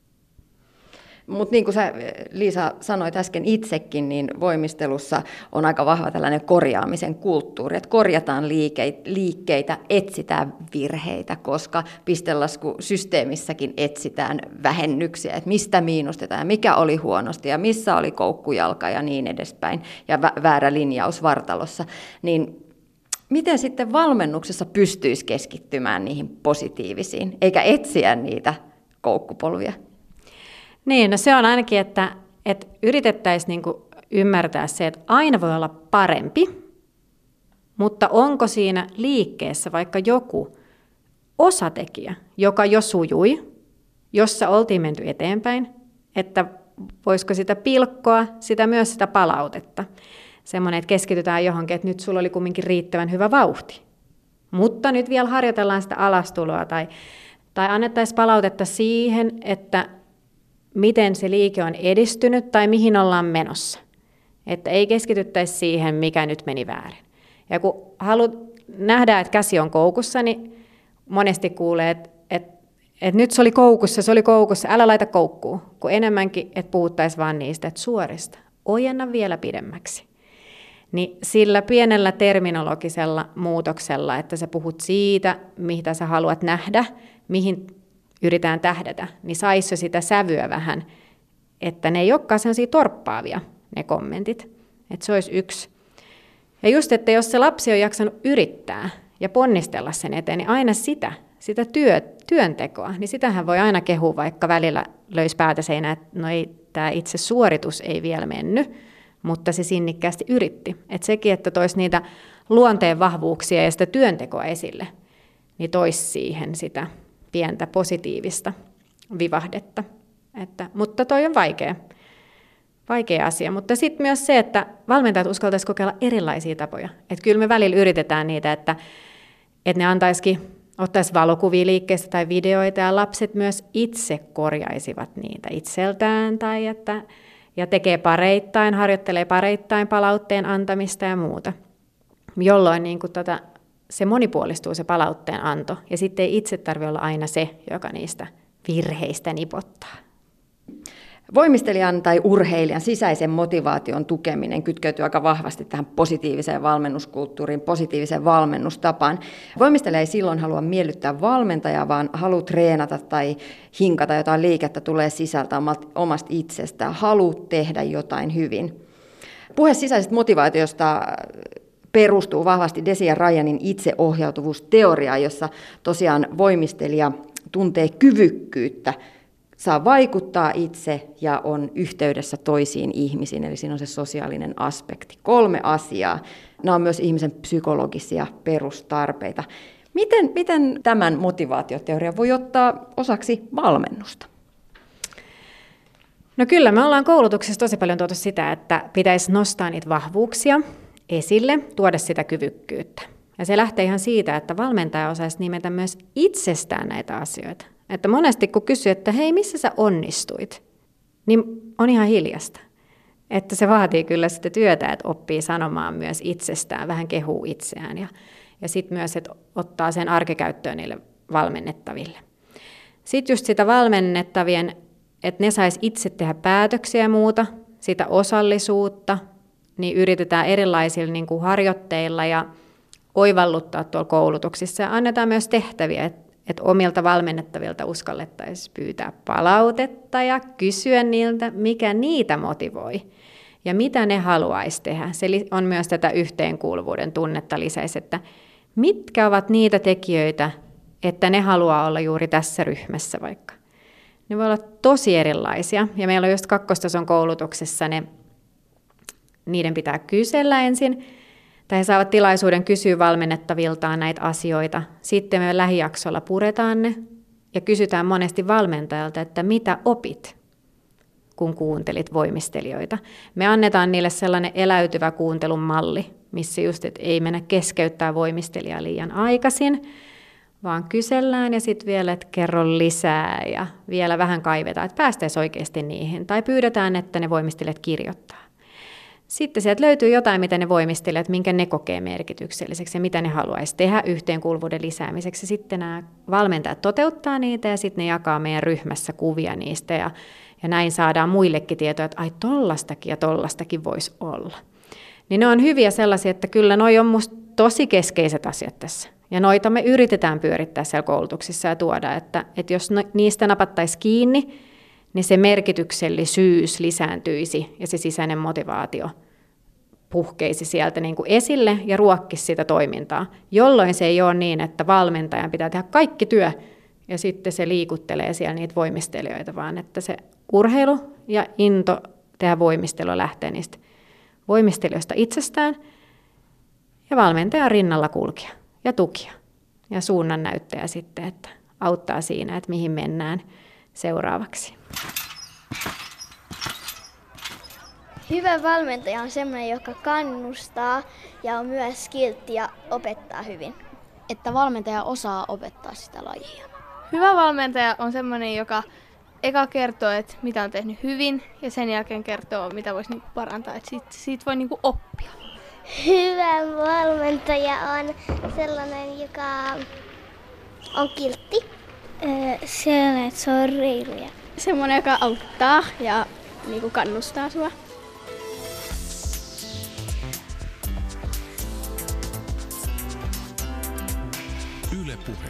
Mutta niin kuin sä, Liisa, sanoit äsken itsekin, niin voimistelussa on aika vahva tällainen korjaamisen kulttuuri, että korjataan liikkeitä, etsitään virheitä, koska pistelaskusysteemissäkin etsitään vähennyksiä, että mistä miinustetaan ja mikä oli huonosti ja missä oli koukkujalka ja niin edespäin ja väärä linjaus vartalossa. Niin Miten sitten valmennuksessa pystyisi keskittymään niihin positiivisiin, eikä etsiä niitä koukkupolvia? Niin, no se on ainakin, että yritettäisiin niinku ymmärtää se, että aina voi olla parempi, mutta onko siinä liikkeessä vaikka joku osatekijä, joka jo sujui, jossa oltiin menty eteenpäin, että voisiko sitä pilkkoa, myös sitä palautetta. Semmoinen, että keskitytään johonkin, että nyt sulla oli kumminkin riittävän hyvä vauhti. Mutta nyt vielä harjoitellaan sitä alastuloa tai annettaisiin palautetta siihen, että miten se liike on edistynyt tai mihin ollaan menossa. Että ei keskityttäisi siihen, mikä nyt meni väärin. Ja kun haluat nähdä, että käsi on koukussa, niin monesti kuulee, että nyt se oli koukussa, älä laita koukkuu. Kun enemmänkin, että puhuttaisiin vaan niistä, että suorista, ojenna vielä pidemmäksi. Niin sillä pienellä terminologisella muutoksella, että sä puhut siitä, mitä sä haluat nähdä, mihin yritetään tähdätä, niin saisi jo sitä sävyä vähän, että ne ei olekaan sellaisia torppaavia, ne kommentit. Että se olisi yksi. Ja just, että jos se lapsi on jaksanut yrittää ja ponnistella sen eteen, niin aina sitä työntekoa, niin sitähän voi aina kehua, vaikka välillä löisi päätä seinään, että no ei, tämä itse suoritus ei vielä mennyt, mutta se sinnikkäästi yritti. Että sekin, että toisi niitä luonteen vahvuuksia ja sitä työntekoa esille, niin toisi siihen sitä pientä positiivista vivahdetta. Mutta toi on vaikea asia. Mutta sitten myös se, että valmentajat uskaltaisivat kokeilla erilaisia tapoja. Että kyllä me välillä yritetään niitä, että ne ottaisi valokuvia liikkeestä tai videoita ja lapset myös itse korjaisivat niitä itseltään ja tekee pareittain, harjoittelee pareittain palautteen antamista ja muuta, jolloin niin kuin se monipuolistuu se palautteen anto ja sitten ei itse tarvitse olla aina se, joka niistä virheistä nipottaa. Voimistelijan tai urheilijan sisäisen motivaation tukeminen kytkeytyy aika vahvasti tähän positiiviseen valmennuskulttuuriin, positiiviseen valmennustapaan. Voimistelija ei silloin halua miellyttää valmentajaa, vaan haluaa treenata tai hinkata jotain liikettä, tulee sisältä omasta itsestään, haluaa tehdä jotain hyvin. Puhe sisäisestä motivaatiosta perustuu vahvasti Desi ja Ryanin itseohjautuvuusteoriaan, jossa tosiaan voimistelija tuntee kyvykkyyttä, saa vaikuttaa itse ja on yhteydessä toisiin ihmisiin, eli siinä on se sosiaalinen aspekti. 3 asiaa. Nämä on myös ihmisen psykologisia perustarpeita. Miten tämän motivaatioteorian voi ottaa osaksi valmennusta? No kyllä, me ollaan koulutuksessa tosi paljon tuotu sitä, että pitäisi nostaa niitä vahvuuksia esille, tuoda sitä kyvykkyyttä. Ja se lähtee ihan siitä, että valmentaja osaisi nimetä myös itsestään näitä asioita. Että monesti kun kysyy, että hei, missä sä onnistuit, niin on ihan hiljasta. Että se vaatii kyllä sitä työtä, että oppii sanomaan myös itsestään, vähän kehuu itseään ja sitten myös, että ottaa sen arkikäyttöön niille valmennettaville. Sitten just sitä valmennettavien, että ne sais itse tehdä päätöksiä ja muuta, sitä osallisuutta, niin yritetään erilaisilla niin kuin harjoitteilla ja oivalluttaa tuolla koulutuksissa ja annetaan myös tehtäviä, että omilta valmennettavilta uskallettaisiin pyytää palautetta ja kysyä niiltä, mikä niitä motivoi ja mitä ne haluaisi tehdä. Se on myös tätä yhteenkuuluvuuden tunnetta lisäisi, että mitkä ovat niitä tekijöitä, että ne haluaa olla juuri tässä ryhmässä vaikka. Ne voi olla tosi erilaisia ja meillä on just 2. koulutuksessa niiden pitää kysellä ensin, tai he saavat tilaisuuden kysyä valmennettaviltaan näitä asioita. Sitten me lähijaksolla puretaan ne ja kysytään monesti valmentajalta, että mitä opit, kun kuuntelit voimistelijoita. Me annetaan niille sellainen eläytyvä kuuntelun malli, missä just, että ei mennä keskeyttää voimistelijaa liian aikaisin, vaan kysellään ja sitten vielä, että kerro lisää ja vielä vähän kaivetaan, että päästäisiin oikeasti niihin. Tai pyydetään, että ne voimistelijat kirjoittaa. Sitten sieltä löytyy jotain, mitä ne voimistelijat, minkä ne kokee merkitykselliseksi ja mitä ne haluaisi tehdä yhteenkuuluvuuden lisäämiseksi. Sitten nämä valmentajat toteuttaa niitä ja sitten ne jakaa meidän ryhmässä kuvia niistä ja näin saadaan muillekin tietoa, että ai tollastakin ja tollastakin voisi olla. Niin ne on hyviä sellaisia, että kyllä noi on musta tosi keskeiset asiat tässä. Ja noita me yritetään pyörittää siellä koulutuksissa ja tuoda, että jos niistä napattaisiin kiinni, niin se merkityksellisyys lisääntyisi ja se sisäinen motivaatio puhkeisi sieltä niin kuin esille ja ruokkisi sitä toimintaa, jolloin se ei ole niin, että valmentajan pitää tehdä kaikki työ ja sitten se liikuttelee siellä niitä voimistelijoita, vaan että se urheilu ja into tehdä voimistelua lähtee niistä voimistelijoista itsestään ja valmentajan rinnalla kulkea ja tukia ja suunnannäyttäjä sitten, että auttaa siinä, että mihin mennään seuraavaksi. Hyvä valmentaja on sellainen, joka kannustaa ja on myös kiltti ja opettaa hyvin. Että valmentaja osaa opettaa sitä lajia. Hyvä valmentaja on sellainen, joka eka kertoo, että mitä on tehnyt hyvin ja sen jälkeen kertoo, mitä voisi niinku parantaa. Että siitä voi niinku oppia. Hyvä valmentaja on sellainen, joka on kiltti. Sellainen, että se on reilu. Semmoinen, joka auttaa ja niinku kannustaa sua. Yle Puhe.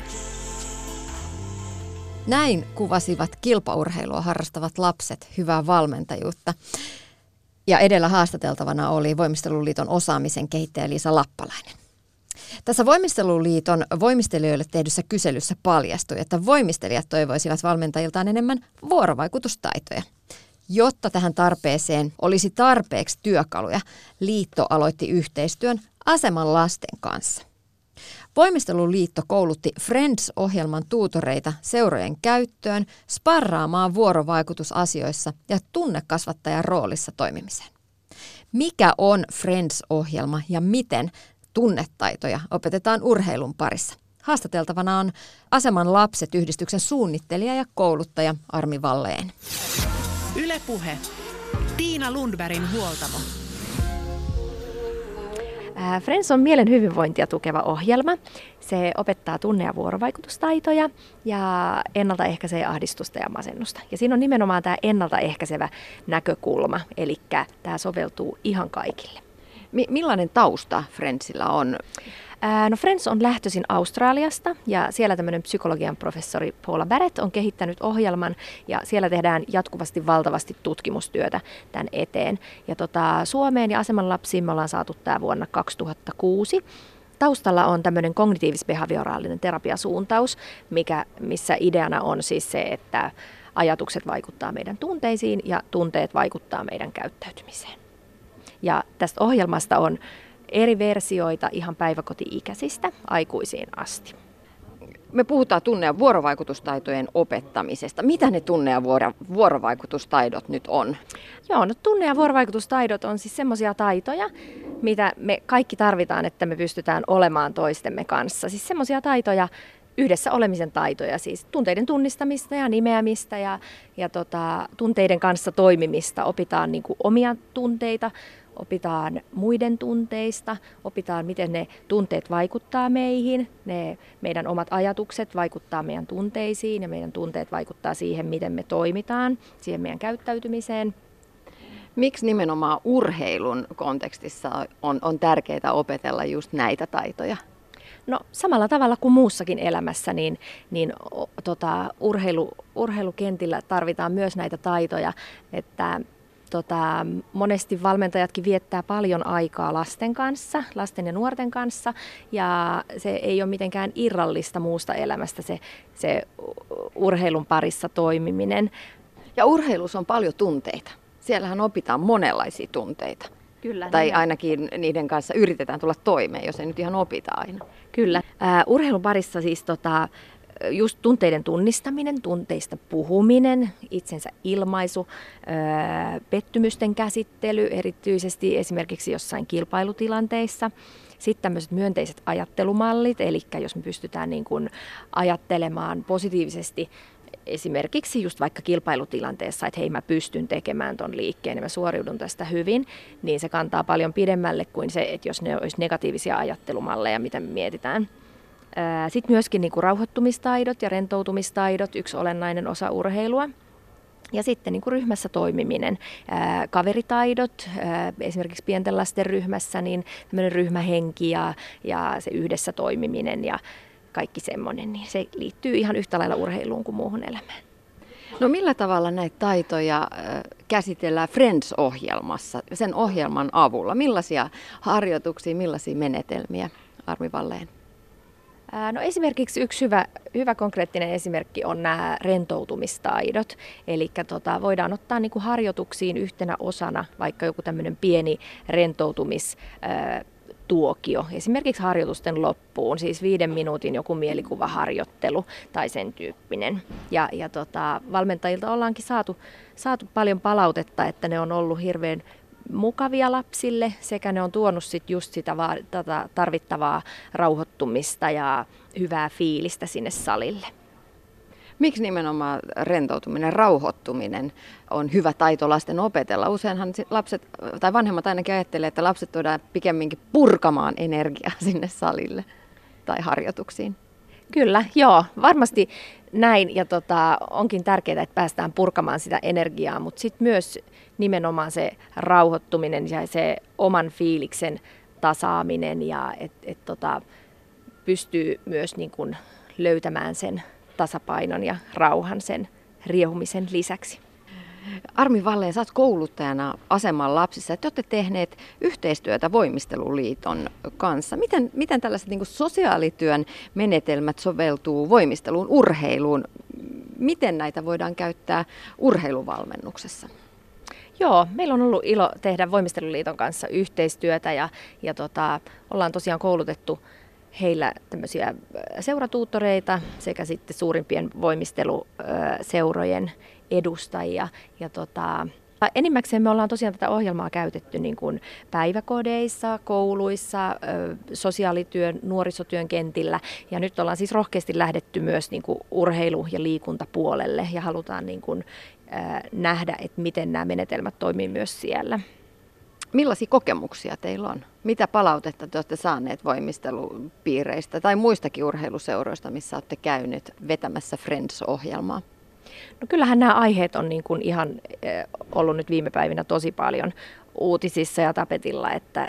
Näin kuvasivat kilpaurheilua harrastavat lapset hyvää valmentajuutta. Ja edellä haastateltavana oli Voimisteluliiton osaamisen kehittäjä Liisa Lappalainen. Tässä Voimisteluliiton voimistelijoille tehdyssä kyselyssä paljastui, että voimistelijat toivoisivat valmentajiltaan enemmän vuorovaikutustaitoja. Jotta tähän tarpeeseen olisi tarpeeksi työkaluja, liitto aloitti yhteistyön Aseman lasten kanssa. Voimisteluliitto koulutti Friends-ohjelman tuutoreita seurojen käyttöön, sparraamaan vuorovaikutusasioissa ja tunnekasvattajan roolissa toimimiseen. Mikä on Friends-ohjelma ja miten tunnetaitoja opetetaan urheilun parissa? Haastateltavana on Aseman lapset -yhdistyksen suunnittelija ja kouluttaja Armi Valleen. Yle Puhe. Tiina Lundbergin huoltamo. Friends on mielen hyvinvointia tukeva ohjelma. Se opettaa tunne- ja vuorovaikutustaitoja ja ennaltaehkäisee ahdistusta ja masennusta. Ja siinä on nimenomaan tämä ennaltaehkäisevä näkökulma, eli tämä soveltuu ihan kaikille. Millainen tausta Friendsillä on? No Friends on lähtöisin Australiasta ja siellä tämmöinen psykologian professori Paula Barrett on kehittänyt ohjelman ja siellä tehdään jatkuvasti valtavasti tutkimustyötä tämän eteen. Ja Suomeen ja Aseman lapsiin me ollaan saatu tämä vuonna 2006. Taustalla on tämmöinen kognitiivis-behavioraalinen terapiasuuntaus, missä ideana on siis se, että ajatukset vaikuttaa meidän tunteisiin ja tunteet vaikuttaa meidän käyttäytymiseen. Ja tästä ohjelmasta on eri versioita ihan päiväkoti-ikäisistä aikuisiin asti. Me puhutaan tunne- ja vuorovaikutustaitojen opettamisesta. Mitä ne tunne- ja vuorovaikutustaidot nyt on? Joo, no tunne- ja vuorovaikutustaidot on siis semmoisia taitoja, mitä me kaikki tarvitaan, että me pystytään olemaan toistemme kanssa. Siis semmoisia taitoja, yhdessä olemisen taitoja, siis tunteiden tunnistamista ja nimeämistä ja tunteiden kanssa toimimista. Opitaan niin kuin omia tunteita, opitaan muiden tunteista, opitaan miten ne tunteet vaikuttaa meihin, meidän omat ajatukset vaikuttaa meidän tunteisiin ja meidän tunteet vaikuttaa siihen, miten me toimitaan, siihen meidän käyttäytymiseen. Miksi nimenomaan urheilun kontekstissa on tärkeää opetella just näitä taitoja? No samalla tavalla kuin muussakin elämässä, urheilukentillä tarvitaan myös näitä taitoja, että monesti valmentajatkin viettää paljon aikaa lasten kanssa, lasten ja nuorten kanssa, ja se ei ole mitenkään irrallista muusta elämästä se urheilun parissa toimiminen. Ja urheilussa on paljon tunteita. Siellähän opitaan monenlaisia tunteita. Kyllä. Tai ainakin niiden kanssa yritetään tulla toimeen, jos ei nyt ihan opita aina. Kyllä. Urheilun parissa siis just tunteiden tunnistaminen, tunteista puhuminen, itsensä ilmaisu, pettymysten käsittely, erityisesti esimerkiksi jossain kilpailutilanteissa. Sitten tämmöiset myönteiset ajattelumallit, eli jos me pystytään niin kuin ajattelemaan positiivisesti esimerkiksi just vaikka kilpailutilanteessa, että hei, mä pystyn tekemään ton liikkeen ja mä suoriudun tästä hyvin, niin se kantaa paljon pidemmälle kuin se, että jos ne olisi negatiivisia ajattelumalleja, mitä me mietitään. Sitten myöskin niin kuin rauhoittumistaidot ja rentoutumistaidot, yksi olennainen osa urheilua. Ja sitten niin kuin ryhmässä toimiminen, kaveritaidot, esimerkiksi pienten lasten ryhmässä, niin tämmöinen ryhmähenki ja se yhdessä toimiminen ja kaikki semmoinen, niin se liittyy ihan yhtä lailla urheiluun kuin muuhun elämään. No millä tavalla näitä taitoja käsitellään Friends-ohjelmassa, sen ohjelman avulla? Millaisia harjoituksia, millaisia menetelmiä, Armi Wallén? No esimerkiksi yksi hyvä konkreettinen esimerkki on nämä rentoutumistaidot. Eli voidaan ottaa niin kuin harjoituksiin yhtenä osana vaikka joku tämmöinen pieni rentoutumistuokio, esimerkiksi harjoitusten loppuun, siis 5 minuutin joku mielikuvaharjoittelu tai sen tyyppinen. Ja valmentajilta ollaankin saatu paljon palautetta, että ne on ollut hirveän mukavia lapsille sekä ne on tuonut just sitä tarvittavaa rauhoittumista ja hyvää fiilistä sinne salille. Miksi nimenomaan rentoutuminen, rauhoittuminen on hyvä taito lasten opetella? Useinhan lapset tai vanhemmat ainakin ajattelee, että lapset tuodaan pikemminkin purkamaan energiaa sinne salille tai harjoituksiin. Kyllä, joo, varmasti näin ja onkin tärkeää, että päästään purkamaan sitä energiaa, mutta sitten myös nimenomaan se rauhoittuminen ja se oman fiiliksen tasaaminen ja että pystyy myös niin kun löytämään sen tasapainon ja rauhan sen riehumisen lisäksi. Armi Wallén, sä oot kouluttajana Aseman lapsissa. Te olette tehneet yhteistyötä Voimisteluliiton kanssa. Miten tällaiset niin kuin sosiaalityön menetelmät soveltuu voimisteluun, urheiluun? Miten näitä voidaan käyttää urheiluvalmennuksessa? Joo, meillä on ollut ilo tehdä Voimisteluliiton kanssa yhteistyötä ja ollaan tosiaan koulutettu heillä tämmöisiä seuratuuttoreita sekä sitten suurimpien voimisteluseurojen edustajia. Enimmäkseen me ollaan tosiaan tätä ohjelmaa käytetty niin kuin päiväkodeissa, kouluissa, sosiaalityön, nuorisotyön kentillä. Ja nyt ollaan siis rohkeasti lähdetty myös niin kuin urheilu- ja liikuntapuolelle ja halutaan niin kuin, nähdä, että miten nämä menetelmät toimii myös siellä. Millaisia kokemuksia teillä on? Mitä palautetta te olette saaneet voimistelupiireistä tai muistakin urheiluseuroista, missä olette käyneet vetämässä Friends-ohjelmaa? No kyllähän nämä aiheet on niin kuin ihan ollut nyt viime päivinä tosi paljon uutisissa ja tapetilla, että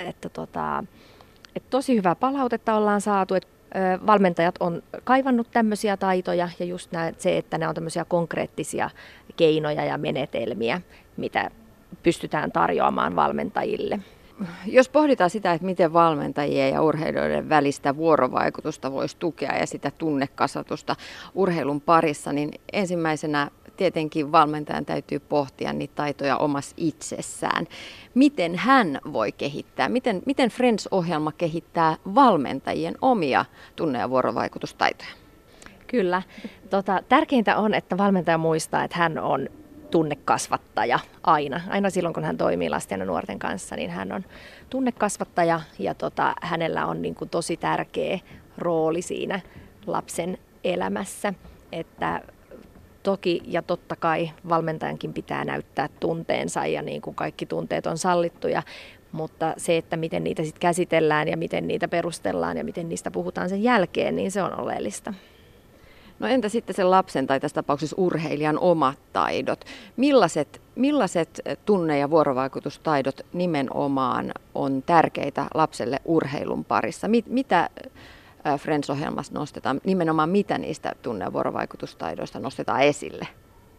tosi hyvää palautetta ollaan saatu, että valmentajat on kaivannut tämmöisiä taitoja ja just se, että ne on tämmöisiä konkreettisia keinoja ja menetelmiä, mitä pystytään tarjoamaan valmentajille. Jos pohditaan sitä, että miten valmentajien ja urheilijoiden välistä vuorovaikutusta voisi tukea ja sitä tunnekasvatusta urheilun parissa, niin ensimmäisenä tietenkin valmentajan täytyy pohtia niitä taitoja omassa itsessään. Miten hän voi kehittää, miten Friends-ohjelma kehittää valmentajien omia tunne- ja vuorovaikutustaitoja? Kyllä. Tärkeintä on, että valmentaja muistaa, että hän on tunnekasvattaja aina silloin, kun hän toimii lasten ja nuorten kanssa, niin hän on tunnekasvattaja ja hänellä on niin kuin tosi tärkeä rooli siinä lapsen elämässä, että toki ja totta kai valmentajankin pitää näyttää tunteensa ja niin kuin kaikki tunteet on sallittuja, mutta se, että miten niitä sitten käsitellään ja miten niitä perustellaan ja miten niistä puhutaan sen jälkeen, niin se on oleellista. No entä sitten sen lapsen tai tässä tapauksessa urheilijan omat taidot? Millaiset tunne- ja vuorovaikutustaidot nimenomaan on tärkeitä lapselle urheilun parissa? Mitä Friends-ohjelmassa nostetaan, nimenomaan mitä niistä tunne- ja vuorovaikutustaidoista nostetaan esille?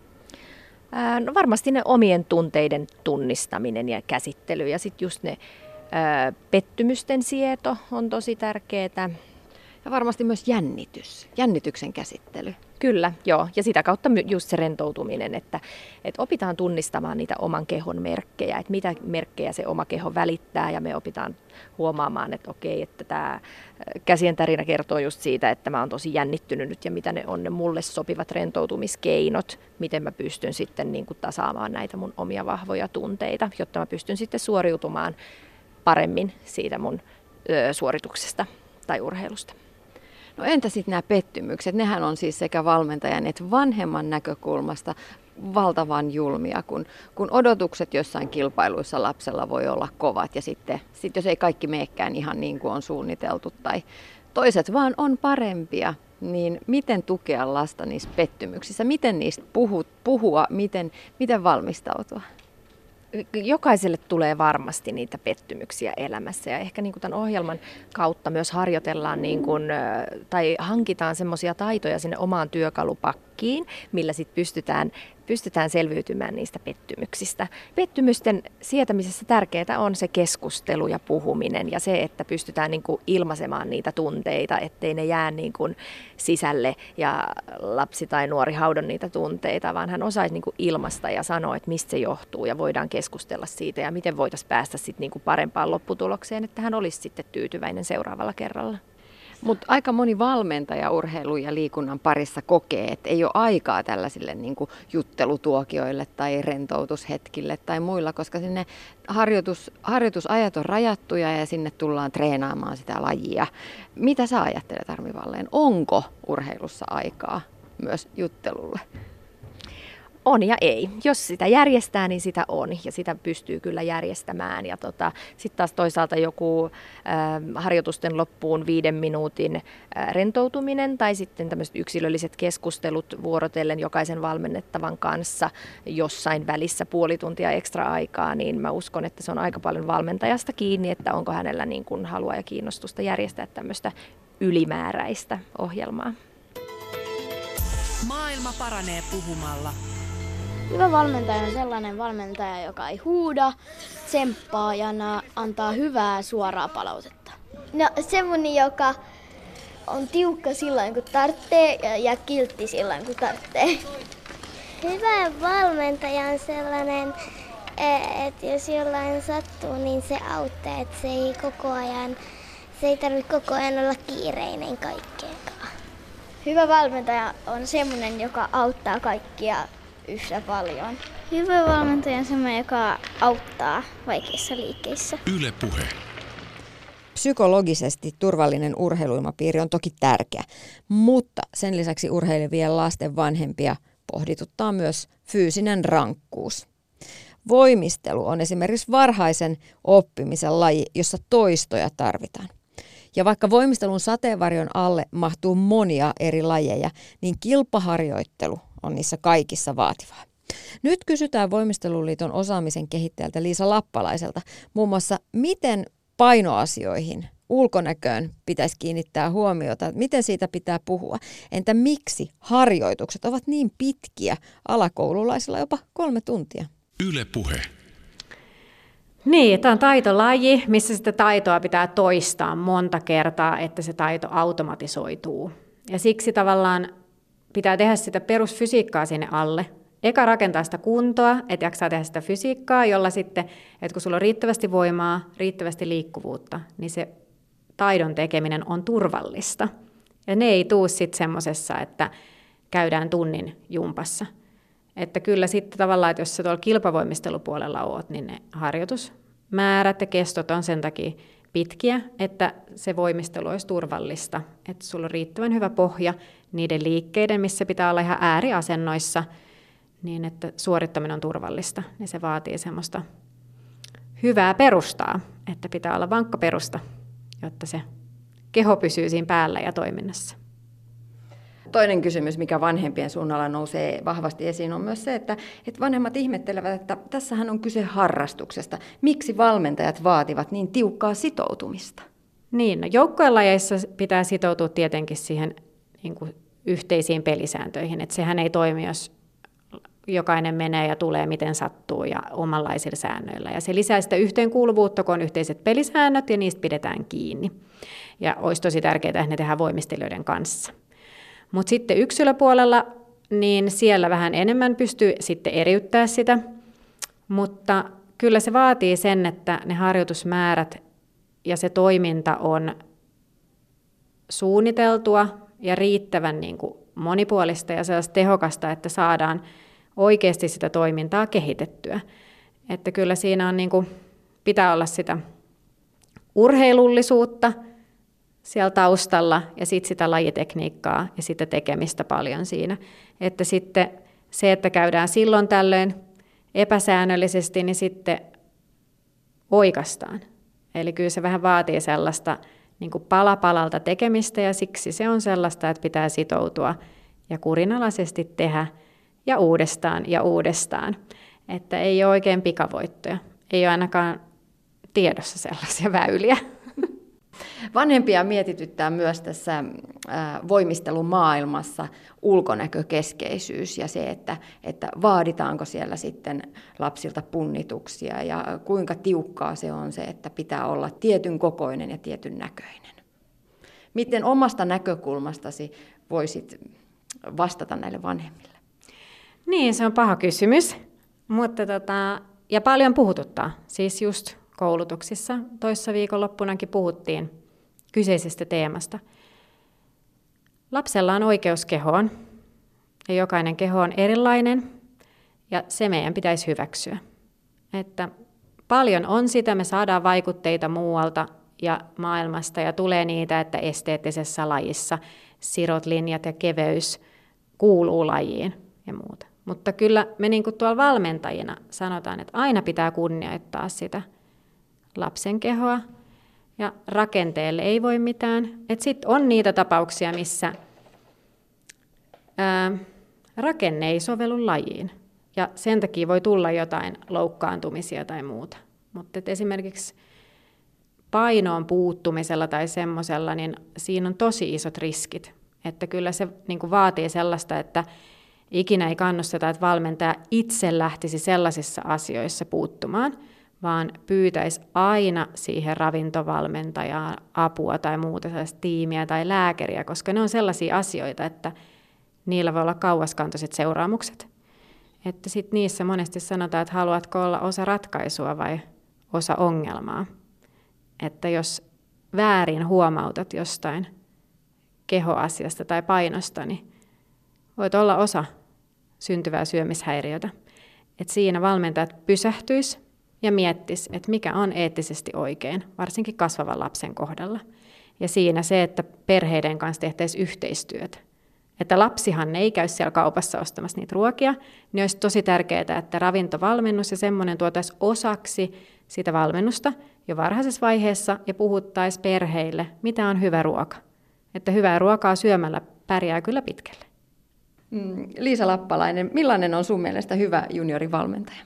No varmasti ne omien tunteiden tunnistaminen ja käsittely ja sitten just ne pettymysten sieto on tosi tärkeää. Ja varmasti myös jännityksen käsittely. Kyllä, joo. Ja sitä kautta just se rentoutuminen, että opitaan tunnistamaan niitä oman kehon merkkejä, että mitä merkkejä se oma keho välittää ja me opitaan huomaamaan, että okei, että tämä käsien tärinä kertoo just siitä, että mä oon tosi jännittynyt nyt ja mitä ne on ne mulle sopivat rentoutumiskeinot, miten mä pystyn sitten niin kuin tasaamaan näitä mun omia vahvoja tunteita, jotta mä pystyn sitten suoriutumaan paremmin siitä mun suorituksesta tai urheilusta. No entä sitten nämä pettymykset? Nehän on siis sekä valmentajan että vanhemman näkökulmasta valtavan julmia, kun odotukset jossain kilpailuissa lapsella voi olla kovat ja sitten jos ei kaikki meekään ihan niin kuin on suunniteltu tai toiset vaan on parempia, niin miten tukea lasta niissä pettymyksissä? Miten niistä puhua? Miten valmistautua? Jokaiselle tulee varmasti niitä pettymyksiä elämässä ja ehkä niin kuin tämän ohjelman kautta myös harjoitellaan niin kuin, tai hankitaan semmoisia taitoja sinne omaan työkalupakkiin merkkiin, millä sitten pystytään selviytymään niistä pettymyksistä. Pettymysten sietämisessä tärkeää on se keskustelu ja puhuminen ja se, että pystytään niin kuin ilmaisemaan niitä tunteita, ettei ne jää niin kuin sisälle ja lapsi tai nuori haudon niitä tunteita, vaan hän osaisi niin kuin ilmaista ja sanoa, että mistä se johtuu ja voidaan keskustella siitä ja miten voitaisiin päästä sitten niin kuin parempaan lopputulokseen, että hän olisi sitten tyytyväinen seuraavalla kerralla. Mutta aika moni valmentaja urheilun ja liikunnan parissa kokee, että ei ole aikaa tällaisille niin kuin juttelutuokioille tai rentoutushetkille tai muilla, koska sinne harjoitusajat on rajattuja ja sinne tullaan treenaamaan sitä lajia. Mitä sä ajattelet, Armi Walleen? Onko urheilussa aikaa myös juttelulle? On ja ei. Jos sitä järjestää, niin sitä on ja sitä pystyy kyllä järjestämään. Ja sitten taas toisaalta joku harjoitusten loppuun 5 minuutin rentoutuminen tai sitten tämmöiset yksilölliset keskustelut vuorotellen jokaisen valmennettavan kanssa jossain välissä puoli tuntia ekstra aikaa, niin mä uskon, että se on aika paljon valmentajasta kiinni, että onko hänellä niin kuin halua ja kiinnostusta järjestää tämmöistä ylimääräistä ohjelmaa. Maailma paranee puhumalla. Hyvä valmentaja on sellainen valmentaja, joka ei huuda, tsemppaa ja antaa hyvää suoraa palautetta. No semmonen, joka on tiukka silloin kun tarvitsee ja kiltti silloin kun tarvitsee. Hyvä valmentaja on sellainen, että jos jollain sattuu, niin se auttaa, että se ei tarvitse koko ajan olla kiireinen kaikkeenkaan. Hyvä valmentaja on semmonen, joka auttaa kaikkia yhtä paljon. Hyvä valmentaja on sellainen, joka auttaa vaikeissa liikkeissä. Yle Puhe. Psykologisesti turvallinen urheiluilmapiiri on toki tärkeä, mutta sen lisäksi urheilevien lasten vanhempia pohdituttaa myös fyysinen rankkuus. Voimistelu on esimerkiksi varhaisen oppimisen laji, jossa toistoja tarvitaan. Ja vaikka voimistelun sateenvarjon alle mahtuu monia eri lajeja, niin kilpaharjoittelu on niissä kaikissa vaativaa. Nyt kysytään Voimisteluliiton osaamisen kehittäjältä Liisa Lappalaiselta muun muassa, miten painoasioihin, ulkonäköön pitäisi kiinnittää huomiota, miten siitä pitää puhua. Entä miksi harjoitukset ovat niin pitkiä, alakoululaisilla jopa 3 tuntia? Yle Puhe. Niin, tämä on taitolaji, missä sitä taitoa pitää toistaa monta kertaa, että se taito automatisoituu. Ja siksi tavallaan pitää tehdä sitä perusfysiikkaa sinne alle. Eka rakentaa sitä kuntoa, että jaksaa tehdä sitä fysiikkaa, jolla sitten, että kun sulla on riittävästi voimaa, riittävästi liikkuvuutta, niin se taidon tekeminen on turvallista. Ja ne ei tule sitten semmoisessa, että käydään tunnin jumpassa. Että kyllä sitten tavallaan, että jos sä tuolla kilpavoimistelupuolella oot, niin ne harjoitusmäärät ja kestot on sen takia pitkiä, että se voimistelu olisi turvallista. Että sulla on riittävän hyvä pohja niiden liikkeiden, missä pitää olla ihan ääriasennoissa, niin että suorittaminen on turvallista. Ja se vaatii semmoista hyvää perustaa, että pitää olla vankka perusta, jotta se keho pysyy siinä päällä ja toiminnassa. Toinen kysymys, mikä vanhempien suunnalla nousee vahvasti esiin, on myös se, että vanhemmat ihmettelevät, että tässähän on kyse harrastuksesta. Miksi valmentajat vaativat niin tiukkaa sitoutumista? Niin, no joukkuelajeissa pitää sitoutua tietenkin siihen niin kuin yhteisiin pelisääntöihin. Että sehän ei toimi, jos jokainen menee ja tulee miten sattuu ja omanlaisilla säännöillä. Ja se lisää sitä yhteenkuuluvuutta, kun on yhteiset pelisäännöt ja niistä pidetään kiinni. Ja olisi tosi tärkeää, että ne tehdään voimistelijoiden kanssa. Mutta sitten yksilöpuolella, niin siellä vähän enemmän pystyy sitten eriyttämään sitä, mutta kyllä se vaatii sen, että ne harjoitusmäärät ja se toiminta on suunniteltua ja riittävän niin kuin monipuolista ja sellaista tehokasta, että saadaan oikeasti sitä toimintaa kehitettyä. Että kyllä siinä on niin kuin, pitää olla sitä urheilullisuutta siellä taustalla ja sitten sitä lajitekniikkaa ja sitä tekemistä paljon siinä. Että sitten se, että käydään silloin tällöin epäsäännöllisesti, niin sitten oikaistaan. Eli kyllä se vähän vaatii sellaista niin kuin pala palalta tekemistä ja siksi se on sellaista, että pitää sitoutua ja kurinalaisesti tehdä ja uudestaan. Että ei ole oikein pikavoittoja. Ei ole ainakaan tiedossa sellaisia väyliä. Vanhempia mietityttää myös tässä voimistelumaailmassa ulkonäkökeskeisyys ja se, että vaaditaanko siellä sitten lapsilta punnituksia ja kuinka tiukkaa se on se, että pitää olla tietyn kokoinen ja tietyn näköinen. Miten omasta näkökulmastasi voisit vastata näille vanhemmille? Niin, se on paha kysymys, mutta ja paljon puhututtaa. Siis just koulutuksissa toissa viikonloppunakin puhuttiin kyseisestä teemasta. Lapsella on oikeus kehoon ja jokainen keho on erilainen ja se meidän pitäisi hyväksyä. Että paljon on sitä, me saadaan vaikutteita muualta ja maailmasta ja tulee niitä, että esteettisessä lajissa sirot, linjat ja keveys kuuluu lajiin ja muuta. Mutta kyllä me niin kuin tuolla valmentajina sanotaan, että aina pitää kunnioittaa sitä lapsen kehoa ja rakenteelle ei voi mitään. Sitten on niitä tapauksia, missä rakenne ei sovellu lajiin ja sen takia voi tulla jotain loukkaantumisia tai muuta. Mutta esimerkiksi painoon puuttumisella tai semmoisella, niin siinä on tosi isot riskit. Että kyllä se niin kuin vaatii sellaista, että ikinä ei kannusteta, että valmentaja itse lähtisi sellaisissa asioissa puuttumaan, vaan pyytäisi aina siihen ravintovalmentajaan apua tai muuta sellaista tiimiä tai lääkäriä, koska ne on sellaisia asioita, että niillä voi olla kauaskantoiset seuraamukset. Että sitten niissä monesti sanotaan, että haluatko olla osa ratkaisua vai osa ongelmaa. Että jos väärin huomautat jostain kehoasiasta tai painosta, niin voit olla osa syntyvää syömishäiriötä. Että siinä valmentajat pysähtyis ja miettis, että mikä on eettisesti oikein, varsinkin kasvavan lapsen kohdalla. Ja siinä se, että perheiden kanssa tehtäisiin yhteistyötä. Että lapsihan ei käy siellä kaupassa ostamassa niitä ruokia, niin olisi tosi tärkeää, että ravintovalmennus ja semmoinen tuotaisiin osaksi sitä valmennusta jo varhaisessa vaiheessa ja puhuttaisiin perheille, mitä on hyvä ruoka. Että hyvää ruokaa syömällä pärjää kyllä pitkälle. Liisa Lappalainen, millainen on sun mielestä hyvä juniorivalmentaja?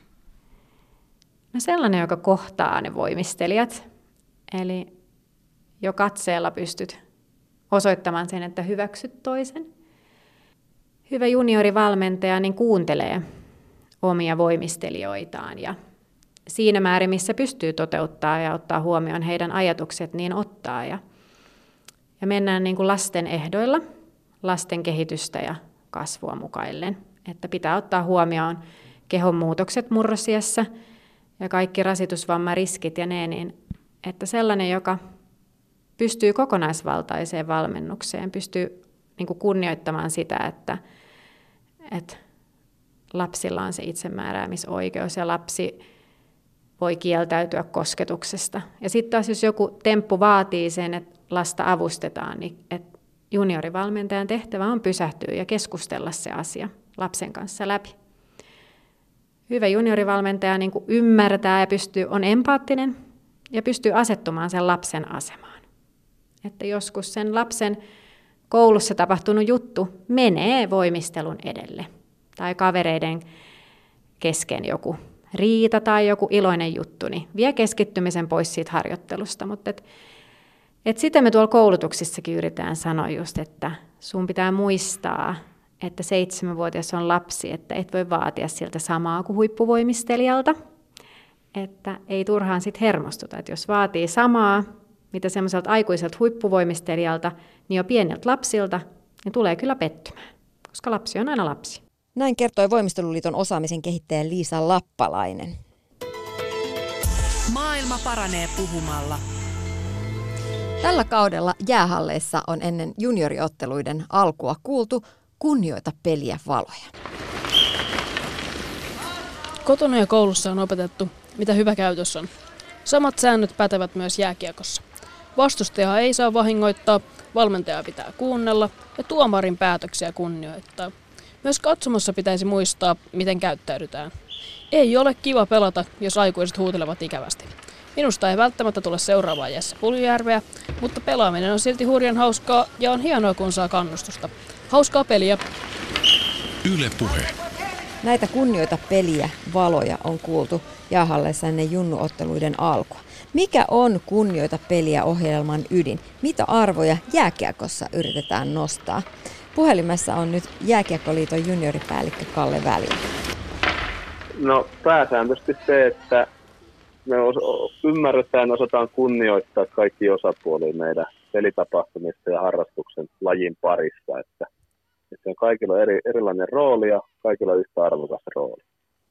No sellainen, joka kohtaa ne voimistelijat. Eli jo katseella pystyt osoittamaan sen, että hyväksyt toisen. Hyvä juniorivalmentaja niin kuuntelee omia voimistelijoitaan ja siinä määrin, missä pystyy toteuttaa ja ottaa huomioon heidän ajatukset, niin ottaa. Ja mennään niin kuin lasten ehdoilla, lasten kehitystä ja kasvua mukaillen. Että pitää ottaa huomioon kehon muutokset murrosiässä ja kaikki rasitusvammariskit ja ne, niin että sellainen, joka pystyy kokonaisvaltaiseen valmennukseen, pystyy niin kuin kunnioittamaan sitä, että lapsilla on se itsemääräämisoikeus ja lapsi voi kieltäytyä kosketuksesta. Ja sitten taas jos joku temppu vaatii sen, että lasta avustetaan, niin että juniorivalmentajan tehtävä on pysähtyä ja keskustella se asia lapsen kanssa läpi. Hyvä juniorivalmentaja niin kuin ymmärtää ja on empaattinen ja pystyy asettumaan sen lapsen asemaan. Että joskus sen lapsen koulussa tapahtunut juttu menee voimistelun edelle. Tai kavereiden kesken joku riita tai joku iloinen juttu, niin vie keskittymisen pois siitä harjoittelusta. Mutta sitä me tuolla koulutuksissakin yritetään sanoa just, että sun pitää muistaa, että 7-vuotias on lapsi, että et voi vaatia siltä samaa kuin huippuvoimistelijalta. Että ei turhaan sit hermostuta, että jos vaatii samaa, mitä semmoiselta aikuiselta huippuvoimistelijalta, niin jo pieniltä lapsilta, niin tulee kyllä pettymään, koska lapsi on aina lapsi. Näin kertoi Voimisteluliiton osaamisen kehittäjä Liisa Lappalainen. Maailma paranee puhumalla. Tällä kaudella jäähalleissa on ennen junioriotteluiden alkua kuultu kunnioita peliä valoja. Kotona ja koulussa on opetettu, mitä hyvä käytös on. Samat säännöt pätevät myös jääkiekossa. Vastustajaa ei saa vahingoittaa, valmentajaa pitää kuunnella ja tuomarin päätöksiä kunnioittaa. Myös katsomossa pitäisi muistaa, miten käyttäydytään. Ei ole kiva pelata, jos aikuiset huutelevat ikävästi. Minusta ei välttämättä tule seuraavaa Jesse Puljujärveä, mutta pelaaminen on silti hurjan hauskaa ja on hienoa, kun saa kannustusta. Hauskaa peliä! Yle Puhe. Näitä kunnioita peliä valoja on kuultu jäähalleissa ennen junnuotteluiden alkua. Mikä on kunnioita peliä ohjelman ydin? Mitä arvoja jääkiekossa yritetään nostaa? Puhelimessa on nyt Jääkiekkoliiton junioripäällikkö Kalle Välillä. No pääsääntöisesti se, että me ymmärretään ja osataan kunnioittaa kaikki osapuolia meidän pelitapahtumista ja harrastuksen lajin parissa. Että on kaikilla erilainen rooli ja kaikilla yhtä arvokas rooli.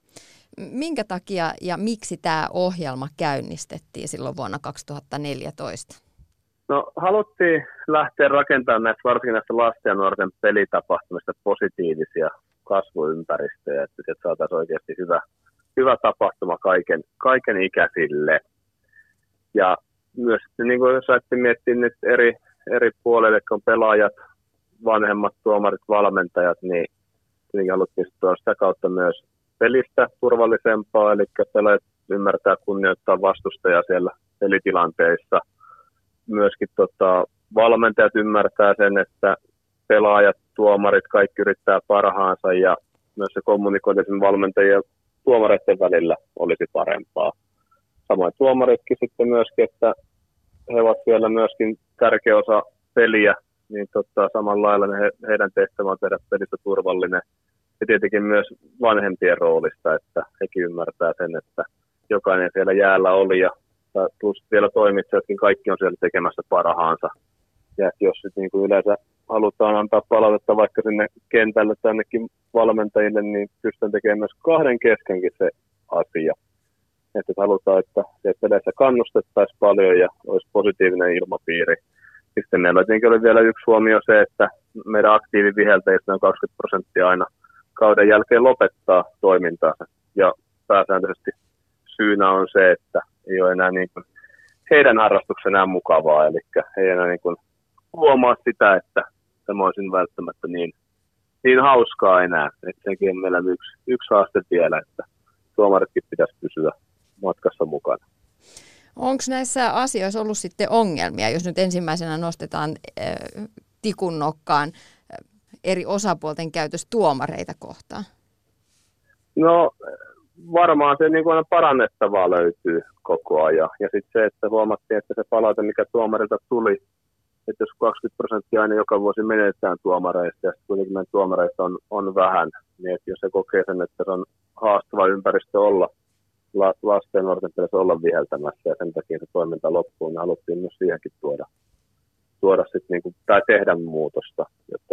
Minkä takia ja miksi tämä ohjelma käynnistettiin silloin vuonna 2014? No haluttiin lähteä rakentamaan varsinkin näistä lasten ja nuorten pelitapahtumista positiivisia kasvuympäristöjä, että sieltä saataisiin oikeasti hyvä tapahtuma kaiken ikäisille. Ja myös niin kuin jos ajattelin miettiä nyt eri puolille, jotka on pelaajat, vanhemmat tuomarit, valmentajat, niin haluttiin tuoda sitä kautta myös pelistä turvallisempaa, eli pelaajat ymmärtää kunnioittaa vastustajaa siellä pelitilanteissa. Myöskin valmentajat ymmärtää sen, että pelaajat, tuomarit, kaikki yrittää parhaansa ja myös se kommunikointi valmentajien ja tuomareiden välillä olisi parempaa. Samoin tuomaritkin sitten myöskin, että he ovat siellä myöskin tärkeä osa peliä, niin samalla lailla heidän tehtävä on tehdä pelistä turvallinen. Ja tietenkin myös vanhempien roolista, että hekin ymmärtää sen, että jokainen siellä jäällä oli ja plus vielä toimitsijatkin, kaikki on siellä tekemässä parhaansa. Ja jos sitten niin kuin yleensä halutaan antaa palautetta vaikka sinne kentälle tännekin valmentajille, niin pystytään tekemään myös kahden keskenkin se asia. Että halutaan, että peleissä kannustettaisiin paljon ja olisi positiivinen ilmapiiri. Sitten meillä oli vielä yksi huomio se, että meidän aktiivivihelteistä on 20% aina kauden jälkeen lopettaa toimintaansa. Ja pääsääntöisesti syynä on se, että ei ole enää niin kuin heidän harrastuksensa enää mukavaa. Eli he ei enää niin kuin huomaa sitä, että tämä olisi välttämättä niin hauskaa enää. Että sekin on meillä yksi haaste vielä, että tuomaritkin pitäisi pysyä matkassa mukana. Onko näissä asioissa ollut sitten ongelmia, jos nyt ensimmäisenä nostetaan tikun nokkaan eri osapuolten käytös tuomareita kohtaan? No varmaan se niin kuin aina parannettavaa löytyy koko ajan. Ja sitten se, että huomattiin, että se palaute, mikä tuomarilta tuli, että jos 20% aina joka vuosi menetään tuomareista ja kuitenkin meidän tuomareista on vähän, niin että jos se kokee sen, että se on haastava ympäristö olla, lasten ja nuorten pitäisi olla viheltämässä ja sen takia se toiminta loppuu, niin haluttiin myös siihenkin tuoda sit niinku, tai tehdä muutosta,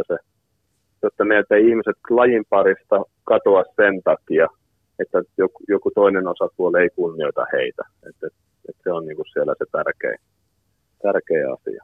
jotta meiltä ei ihmiset lajin parista katoa sen takia, että joku toinen osapuoli ei kunnioita heitä. Että se on niinku siellä se tärkeä asia.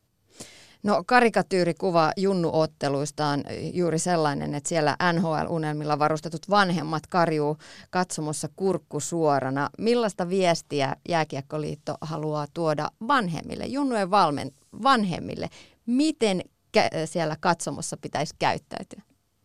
No karikatyyrikuva junnuotteluista on juuri sellainen, että siellä NHL-unelmilla varustetut vanhemmat karjuu katsomossa kurkku suorana. Millaista viestiä Jääkiekkoliitto haluaa tuoda vanhemmille, junnujen vanhemmille? Miten siellä katsomossa pitäisi käyttäytyä?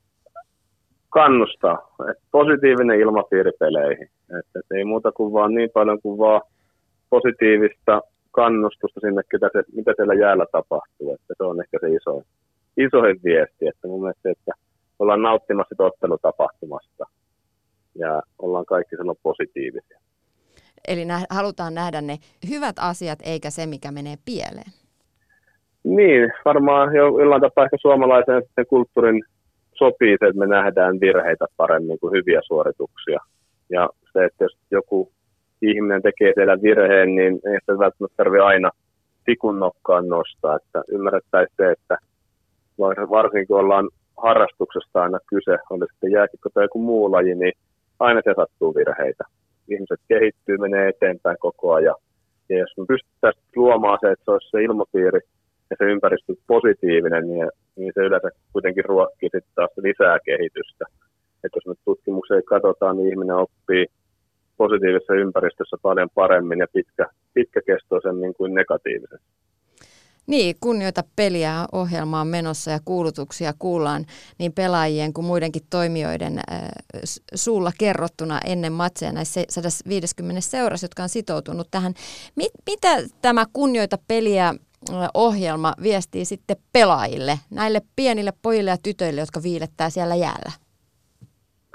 Kannustaa. Positiivinen ilmapiiri peleihin. Että ei muuta kuin vaan niin paljon kuin vaan positiivista kannustusta sinne, mitä siellä jäällä tapahtuu. Että se on ehkä se isoin viesti, että mun mielestä, että ollaan nauttimassa ottelutapahtumasta ja ollaan kaikki silloin positiivisia. Eli halutaan nähdä ne hyvät asiat eikä se, mikä menee pieleen. Niin, varmaan jollain tapaa ehkä suomalaisen kulttuurin sopii se, että me nähdään virheitä paremmin kuin hyviä suorituksia. Ja se, että jos joku ihminen tekee siellä virheen, niin ei sitä välttämättä tarvitse aina tikun nokkaan nostaa. Että ymmärrettäisiin se, että varsinkin kun ollaan harrastuksesta aina kyse, oli sitten jääkiekko tai joku muu laji, niin aina se sattuu virheitä. Ihmiset kehittyy, menee eteenpäin koko ajan. Ja jos me pystyttäisiin luomaan se, että se olisi se ilmapiiri ja se ympäristö positiivinen, niin se yleensä kuitenkin ruokkii sitten taas lisää kehitystä. Että jos me tutkimuksia katsotaan, niin ihminen oppii positiivisessa ympäristössä paljon paremmin ja pitkäkestoisemmin kuin negatiivisesti. Niin, kunnioita peliä ohjelma on menossa ja kuulutuksia kuullaan niin pelaajien kuin muidenkin toimijoiden suulla kerrottuna ennen matseja näissä 150 seurassa, jotka on sitoutunut tähän. Mitä tämä kunnioita peliä ohjelma viestii sitten pelaajille, näille pienille pojille ja tytöille, jotka viilettää siellä jäällä?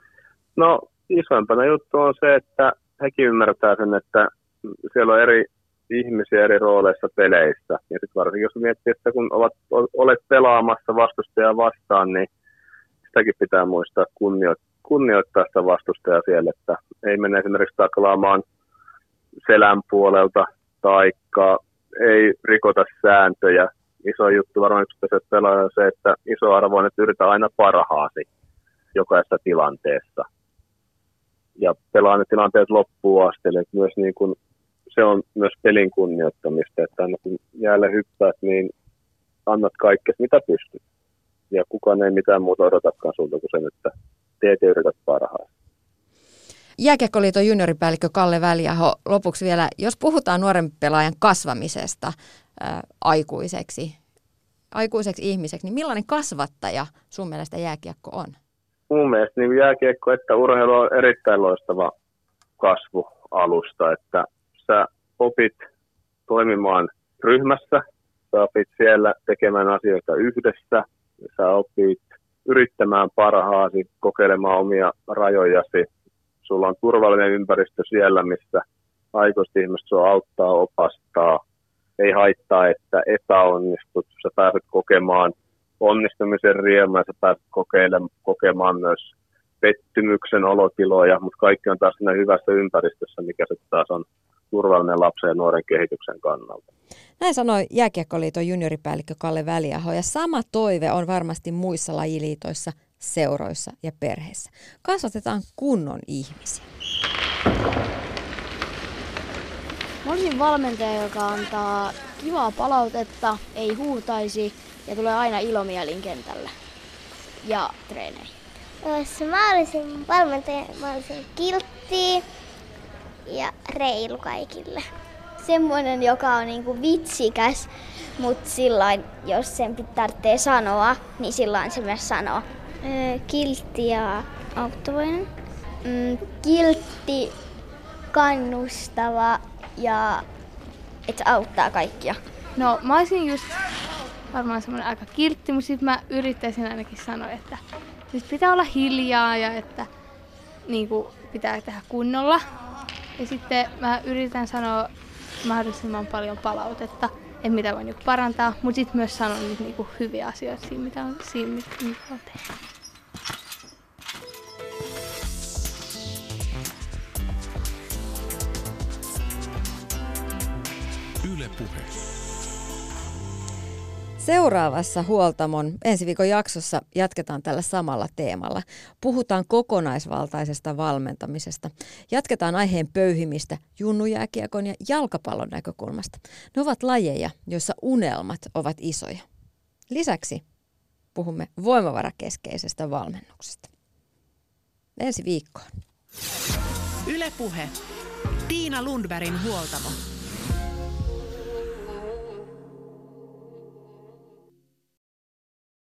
No isoimpana juttu on se, että hekin ymmärtää sen, että siellä on eri ihmisiä eri rooleissa peleissä. Ja sitten varsinkin jos miettii, että kun olet pelaamassa vastustajaa vastaan, niin sitäkin pitää muistaa kunnioittaa sitä vastustajaa siellä, että ei mene esimerkiksi taklaamaan selän puolelta taikka ei rikota sääntöjä. Iso juttu varmaan yksittäiset pelaaja on se, että iso arvo on, että yritä aina parhaasi jokaisessa tilanteessa. Ja pelaa ne tilanteet loppuun asti, eli myös niin kuin, se on myös pelin kunnioittamista, että aina kun jäälle hyppäät, niin annat kaikkea, mitä pystyt. Ja kukaan ei mitään muuta odotakaan sulta kuin sen, että teet ja yrität parhaasi. Jääkiekkoliiton junioripäällikkö Kalle Väliaho, lopuksi vielä, jos puhutaan nuoren pelaajan kasvamisesta aikuiseksi ihmiseksi, niin millainen kasvattaja sun mielestä jääkiekko on? Mun mielestä niin jääkiekko että urheilu on erittäin loistava kasvualusta, että sä opit toimimaan ryhmässä, sä opit siellä tekemään asioita yhdessä, sä opit yrittämään parhaasi, kokeilemaan omia rajojasi. Sulla on turvallinen ympäristö siellä, missä aikuiset ihmiset sua auttaa, opastaa. Ei haittaa, että epäonnistut. Sä pääset kokemaan onnistumisen riemaa, sä pääset kokemaan myös pettymyksen olotiloja, mutta kaikki on taas siinä hyvässä ympäristössä, mikä se taas on turvallinen lapsen ja nuoren kehityksen kannalta. Näin sanoi Jääkiekkoliiton junioripäällikkö Kalle Väliaho, ja sama toive on varmasti muissa lajiliitoissa, seuroissa ja perheissä. Kasvatetaan kunnon ihmisiä. Mä olisin valmentaja, joka antaa kivaa palautetta, ei huutaisi ja tulee aina ilomielin kentälle ja treeneihin. Jos mä olisin valmentaja, mä olisin kiltti ja reilu kaikille. Semmoinen, joka on niinku vitsikäs, mutta sillain, jos sen tarvitsee sanoa, niin silloin se myös sanoo. Kiltti ja auttavainen. Kiltti, kannustava ja että auttaa kaikkia. No mä olisin just varmaan semmoinen aika kiltti, mutta sitten mä yrittäisin ainakin sanoa, että siis pitää olla hiljaa ja että niinku, pitää tehdä kunnolla. Ja sitten mä yritän sanoa mahdollisimman paljon palautetta, että mitä voi niinku parantaa, mutta sitten myös sanon niitä niinku hyviä asioita siinä, mitä on tehty. Yle Puhe. Seuraavassa Huoltamon ensi viikon jaksossa jatketaan tällä samalla teemalla. Puhutaan kokonaisvaltaisesta valmentamisesta. Jatketaan aiheen pöyhimistä junnujääkiekon ja jalkapallon näkökulmasta. Ne ovat lajeja, joissa unelmat ovat isoja. Lisäksi puhumme voimavarakeskeisestä valmennuksesta. Ensi viikkoon. Yle Puhe. Tiina Lundbergin Huoltamo.